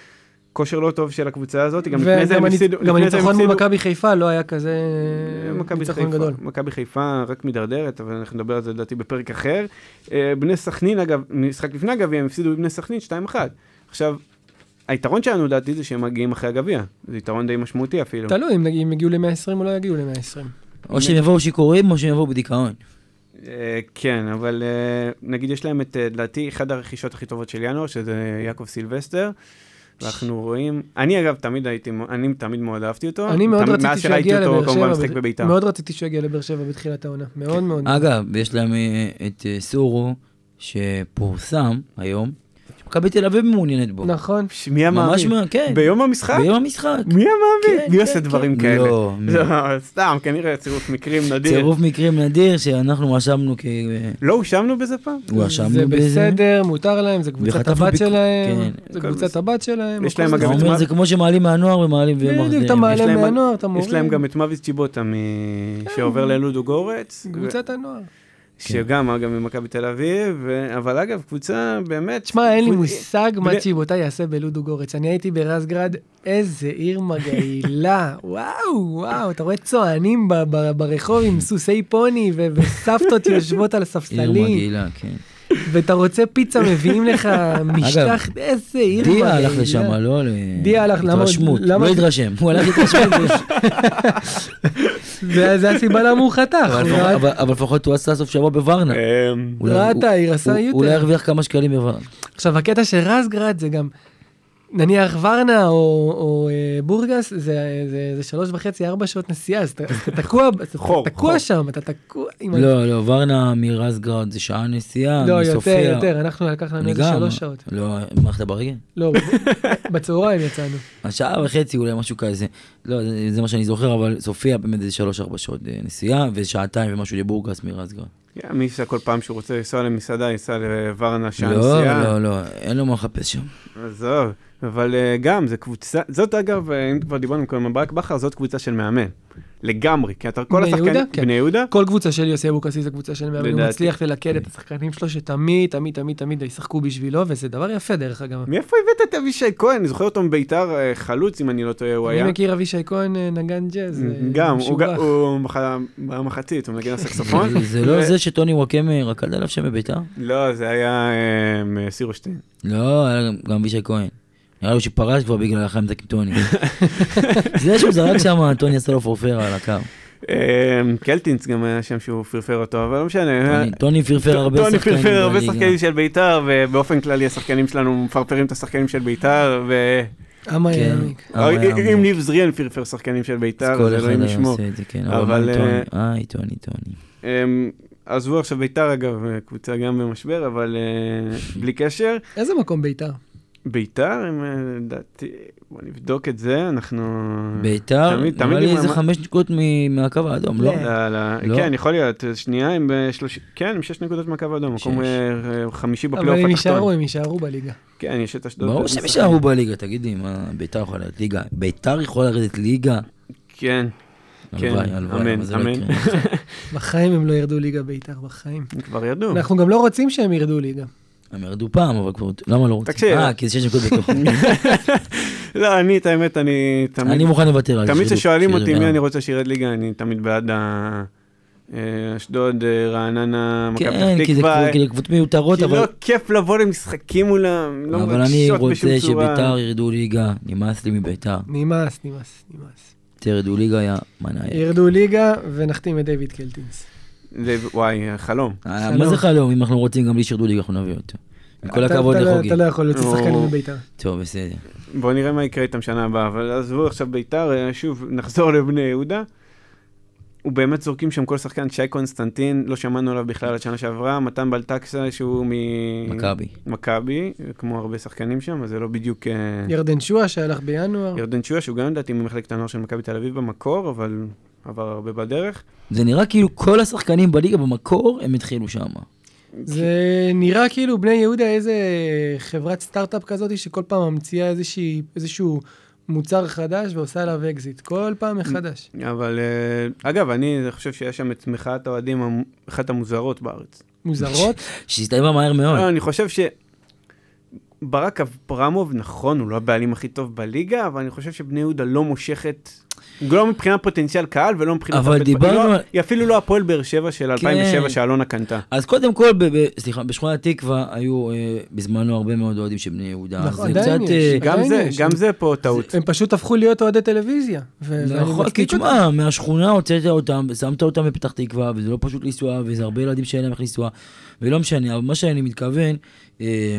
כושר לא טוב של הקבוצה הזאת, גם לפני זה הם הפסידו. גם הניצחון מול מכבי חיפה לא היה כזה ניצחון גדול. מכבי חיפה רק מדרדרת, אבל אנחנו נדבר על זה לדעתי בפרק אחר. בני סכנין, אגב, משחק לפני הגביע, הם הפסידו בבני סכנין שתיים אחת. עכשיו, היתרון שלנו לדעתי זה שהם מגיעים אחרי הגביע. זה יתרון די משמעותי אפילו. תלוי, אם יגיעו ל-מאה ועשרים או לא יגיעו ל-מאה ועשרים. או שהם יבואו שיכורים, או שהם יבואו בדיכאון. כן, אבל נגיד יש להם את, לדעתי, אחד הרכישות הכי טובות של ינואר, שזה יעקב סילבסטר. ואנחנו רואים, אני אגב תמיד הייתי, אני תמיד מאוד אהבתי אותו. אני מאוד רציתי שהוא יגיע לבאר שבע, מאוד רציתי שהוא יגיע לבאר שבע בתחילת העונה, מאוד מאוד. אגב, יש להם את סורו, שפורסם היום, מכבי תל אביב מעוניינת בו. נכון. מי המאמין? כן. ביום המשחק? ביום המשחק. מי המאמין? מי עושה דברים כאלה? לא. סתם, כנראה צירוף מקרים נדיר. צירוף מקרים נדיר שאנחנו רשמנו כ... לא הושמנו בזה פעם? הושמנו בזה. זה בסדר, מותר להם, זה קבוצת הבת שלהם. זה קבוצת הבת שלהם. יש להם אגב... אומר, זה כמו שמעלים מהנוער ומעלים ומחזירים. אתה מעלה מהנוער, אתה מוריד. יש להם גם את מוויס צ'יבוטה שעובר ללודו גורץ. קבוצת הנוער. שגם, אגב, ממכבי בתל אביב, אבל אגב, קבוצה באמת... תשמע, אין לי מושג מה צ'יבוטה יעשה בלודו גורץ. אני הייתי ברזגרד, איזה עיר מגעילה. וואו, וואו, אתה רואה צוענים ברחוב עם סוסי פוני וסבתות יושבות על הספסלים. עיר מגעילה, כן. ואתה רוצה פיצה, מביאים לך משטח, איזה עיר מגעילה. דיה הלך לשם, לא דיה הלך, להתרשמות, לא התרשם, הוא הלך להתרשמות. זה הסיבה למה הוא חתך. אבל לפחות הוא עשה סוף שבוע בוורנה. ראתה, היא עשה יותר. אולי הרוויח כמה שקלים בוורנה. עכשיו, הקטע של רזגרד זה גם, נניח ורנה או בורגס, זה שלוש וחצי, ארבע שעות נסיעה, אז אתה תקוע שם, אתה תקוע. לא, לא, ורנה מרזגרד זה שעה נסיעה, לא, יותר, יותר, אנחנו לקחנו לנו איזה שלוש שעות. לא, מערכת ברגל? לא, בצהריים יצאנו. השעה וחצי אולי משהו כזה, לא, זה מה שאני זוכר, אבל סופיה באמת זה שלוש, ארבע שעות נסיעה, ושעתיים ומשהו לבורגס מרזגרד. מי ייסע כל פעם שהוא רוצה לנסוע למסעדה, ייסע לוורנה שעה נסיעה. לא, לא, לא, אין לו מה לחפש שם. עזוב, אבל גם, זה קבוצה, זאת אגב, אם כבר דיברנו עם ברק בכר, זאת קבוצה של מאמן. לגמרי, כי אתה כל השחקנים, בני יהודה? כל קבוצה של יוסי אבוקסיס זה קבוצה של מאמן, הוא מצליח ללכד את השחקנים שלו שתמיד, תמיד, תמיד, תמיד ישחקו בשבילו, וזה דבר יפה דרך אגב. מאיפה הבאת את אבישי כהן? אני זוכר אותו מביתר חלוץ, אם אני לא טועה, הוא היה. אני מכיר אבישי כהן נגן ג'אז. גם, הוא במחצית, הוא מנגן הסקסופון. זה לא זה שטוני וואקמה רקד עליו שם בביתר? לא, זה היה סירושטיין. לא, גם אבישי כהן. נראה לו שפרש כבר בגלל החיים את הקיטוני. זה שהוא זרק שם, טוני עשה לו פורפר על הקו. קלטינס גם היה שם שהוא פרפר אותו, אבל לא משנה. טוני פרפר הרבה שחקנים. טוני פרפר הרבה שחקנים של ביתר, ובאופן כללי השחקנים שלנו מפרפרים את השחקנים של ביתר, ו... אמה יעמיק. אם ניב זריאן פרפר שחקנים של ביתר, זה לא עם לשמור. אבל... איי, טוני, טוני. עזבו עכשיו ביתר, אגב, קבוצה גם במשבר, אבל בלי קשר. איזה מקום ביתר? ביתר, דעתי, בוא נבדוק את זה, אנחנו... ביתר, נראה לי איזה חמש נקודות מהקו האדום, לא? לא, כן, יכול להיות, שנייה, כן, עם שש נקודות מהקו האדום, מקום חמישי בפלייאוף התחתון. אבל הם יישארו, הם יישארו בליגה. כן, יש את אשדוד. ברור שהם יישארו בליגה, תגידי, מה, ביתר יכולה לרדת ליגה? ביתר יכולה לרדת ליגה? כן. כן, אמן, אמן. בחיים הם לא ירדו ליגה ביתר, בחיים. הם כבר ירדו. אנחנו גם לא רוצים שהם ירדו ליגה. הם ירדו פעם, אבל כבר... למה לא רוצים? תקשיב. אה, כי זה שיש נקוד בתוכו. לא, אני, את האמת, אני תמיד... אני מוכן לוותר על זה. תמיד ששואלים אותי מי אני רוצה שירד ליגה, אני תמיד בעד אשדוד, רעננה, מכבי פתח תקווה. כן, כי זה קבוצות מיותרות, אבל... כי לא כיף לבוא למשחקים מולם, לא אבל אני רוצה שביתר ירדו ליגה, נמאס לי מביתר. נמאס, נמאס, נמאס. ירדו ליגה היה מנהל. ירדו ליגה ונחתים את דיוויד קלטינס. וואי, חלום. מה זה חלום? אם אנחנו רוצים גם לי שירדו ליגה, אנחנו נביא אותו. כל הכבוד לחוגי. אתה לא יכול להוציא שחקנים בביתר. טוב, בסדר. בואו נראה מה יקרה איתם שנה הבאה, אבל עזבו עכשיו ביתר, שוב, נחזור לבני יהודה. ובאמת זורקים שם כל שחקן, שי קונסטנטין, לא שמענו עליו בכלל עד שנה שעברה, מתן בלטקסה, שהוא ממכבי. מכבי, כמו הרבה שחקנים שם, אז זה לא בדיוק... ירדן שואה שהלך בינואר. ירדן שואה, שהוא גם לדעתי ממחלקת הנוער של מכבי תל אביב במקור, אבל עבר הרבה בדרך. זה נראה כאילו כל השחקנים בליגה במקור, הם התחילו שם. זה נראה כאילו בני יהודה איזה חברת סטארט-אפ כזאת, שכל פעם ממציאה איזשהו מוצר חדש ועושה עליו אקזיט. כל פעם מחדש. אבל, אגב, אני חושב שיש שם את מחאת האוהדים, אחת המוזרות בארץ. מוזרות? שהסתיימה מהר מאוד. אני חושב ש... ברק אברמוב, נכון, הוא לא הבעלים הכי טוב בליגה, אבל אני חושב שבני יהודה לא מושכת, לא מבחינת פוטנציאל קהל, ולא מבחינת... אבל דיברנו... לא, היא אפילו לא הפועל באר שבע של אלפיים ושבע שאלונה קנתה. אז קודם כל, ב- ב- סליחה, בשכונת תקווה היו אה, בזמנו הרבה מאוד אוהדים של בני יהודה. נכון, זה עדיין קצת, יש. אה, גם זה, גם זה פה טעות. הם פשוט הפכו להיות אוהדי טלוויזיה. ו- ואני נכון, כי מצדיק אותם. תשמע, מהשכונה הוצאת אותם, שמת אותם בפתח תקווה, וזה לא פשוט לנסוע, וזה הרבה ילדים שאין להם איך לנסוע, ולא משנה, אבל מה שאני מתכוון, אה,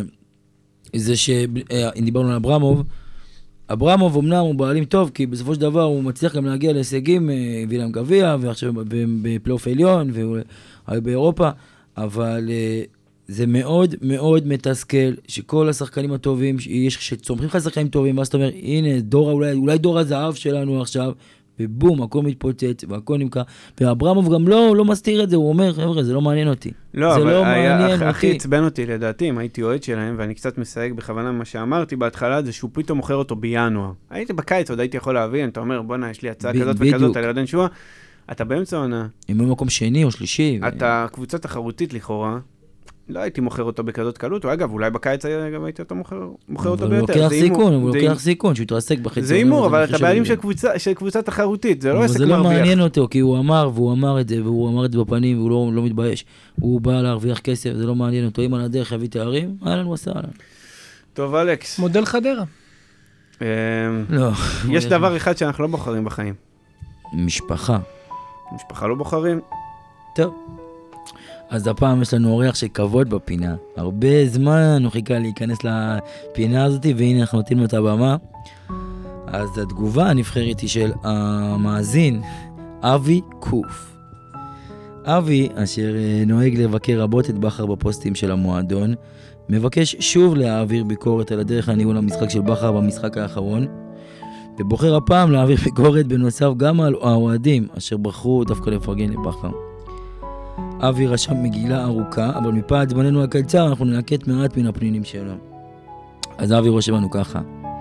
זה שאם דיברנו על אברמוב, אברמוב אמנם הוא בעלים טוב, כי בסופו של דבר הוא מצליח גם להגיע להישגים, הביא להם גביע, ועכשיו בפלייאוף עליון, והוא באירופה, אבל זה מאוד מאוד מתסכל, שכל השחקנים הטובים, שצומחים לך שחקנים טובים, ואז אתה אומר, הנה, דור, אולי, אולי דור הזהב שלנו עכשיו, ובום, הכל מתפוצץ, והכל נמכר, ואברמוב גם לא, לא מסתיר את זה, הוא אומר, חבר'ה, זה לא מעניין אותי. לא, זה אבל לא היה, מעניין הכ, אותי. הכי עצבן אותי לדעתי, אם הייתי אוהד שלהם, ואני קצת מסייג בכוונה מה שאמרתי בהתחלה, זה שהוא פתאום מוכר אותו בינואר. הייתי בקיץ, עוד הייתי יכול להבין, אתה אומר, בוא נה, יש לי הצעה ב- כזאת בדיוק. וכזאת על ירדן שועה, אתה באמצע עונה, אם הוא במקום שני או שלישי. אתה קבוצה תחרותית לכאורה, לא הייתי מוכר אותו בכזאת קלות, או אגב, אולי בקיץ היה, גם הייתי אותו מוכר, מוכר אותו אבל הוא ביותר. לוקח זה הימור, סיכון, הוא זה לוקח הימור. סיכון, שהוא יתרסק בחצי. זה הימור, אבל אתה בעלים של קבוצה, של קבוצה תחרותית, זה לא אבל עסק זה לא מרוויח. מעניין אותו, כי הוא אמר, והוא אמר את זה, והוא אמר את זה בפנים, והוא לא, לא מתבייש. הוא בא להרוויח כסף, זה לא מעניין אותו. אם על הדרך יביא תארים, אהלן וסהלן. טוב, אלכס. מודל חדרה. אמ, לא. יש דבר אחד שאנחנו לא בוחרים בחיים. משפחה. משפחה לא בוחרים. טוב. אז הפעם יש לנו אורח של כבוד בפינה. הרבה זמן הוא חיכה להיכנס לפינה הזאת, והנה אנחנו נותנים לו את הבמה. אז התגובה הנבחרת היא של המאזין, אבי קוף. אבי, אשר נוהג לבקר רבות את בכר בפוסטים של המועדון, מבקש שוב להעביר ביקורת על הדרך הניהול המשחק של בכר במשחק האחרון, ובוחר הפעם להעביר ביקורת בנוסף גם על האוהדים, אשר בחרו דווקא לפרגן לבכר. אבי רשם מגילה ארוכה, אבל מפאת זמננו הקצר אנחנו נלקט מעט מן הפנינים שלו. אז אבי רושם לנו ככה: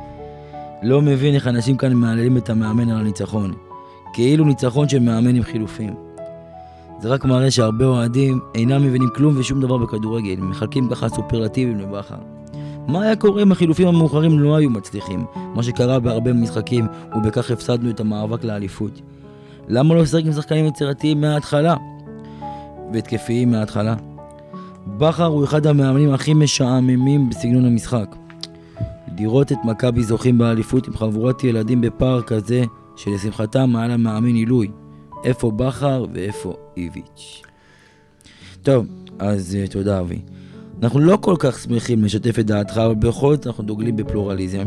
לא מבין איך אנשים כאן מעללים את המאמן על הניצחון, כאילו ניצחון של מאמן עם חילופים. זה רק מראה שהרבה אוהדים אינם מבינים כלום ושום דבר בכדורגל, מחלקים ככה סופרלטיבים לבכר. מה היה קורה אם החילופים המאוחרים לא היו מצליחים? מה שקרה בהרבה משחקים, ובכך הפסדנו את המאבק לאליפות. למה לא לשחק עם שחקנים יצירתיים מההתחלה? והתקפיים מההתחלה? בכר הוא אחד המאמנים הכי משעממים בסגנון המשחק. לראות את מכבי זוכים באליפות עם חבורת ילדים בפארק כזה, שלשמחתם מעל המאמן עילוי. איפה בכר ואיפה איביץ'. טוב, אז uh, תודה אבי. אנחנו לא כל כך שמחים לשתף את דעתך, אבל בכל זאת אנחנו דוגלים בפלורליזם.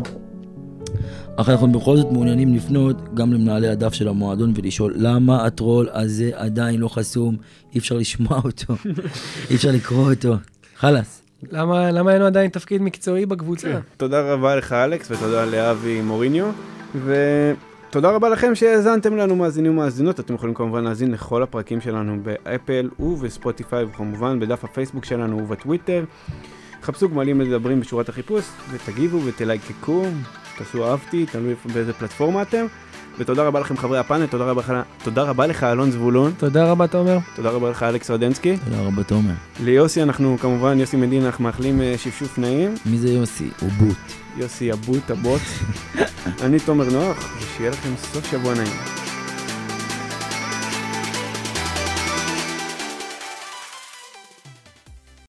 אך אנחנו בכל זאת מעוניינים לפנות גם למנהלי הדף של המועדון ולשאול למה הטרול הזה עדיין לא חסום, אי אפשר לשמוע אותו, אי אפשר לקרוא אותו. חלאס. למה, למה אין לו עדיין תפקיד מקצועי בקבוצה? תודה רבה לך אלכס, ותודה לאבי מוריניו, ותודה רבה לכם שהאזנתם לנו מאזינים ומאזינות. אתם יכולים כמובן להאזין לכל הפרקים שלנו באפל ובספוטיפיי, וכמובן בדף הפייסבוק שלנו ובטוויטר. חפשו גמלים מדברים בשורת החיפוש, ותגיבו ותלייקקו, תעשו אהבתי, תלוי באיזה פלטפורמה אתם. ותודה רבה לכם חברי הפאנל, תודה רבה לך, תודה רבה לך אלון זבולון. תודה רבה תומר. תודה רבה לך אלכס רדנסקי. תודה רבה תומר. ליוסי אנחנו כמובן, יוסי מדינה, אנחנו מאחלים שפשוף נעים. מי זה יוסי? הוא בוט. יוסי הבוט, הבוט. אני תומר נוח, ושיהיה לכם סוף שבוע נעים.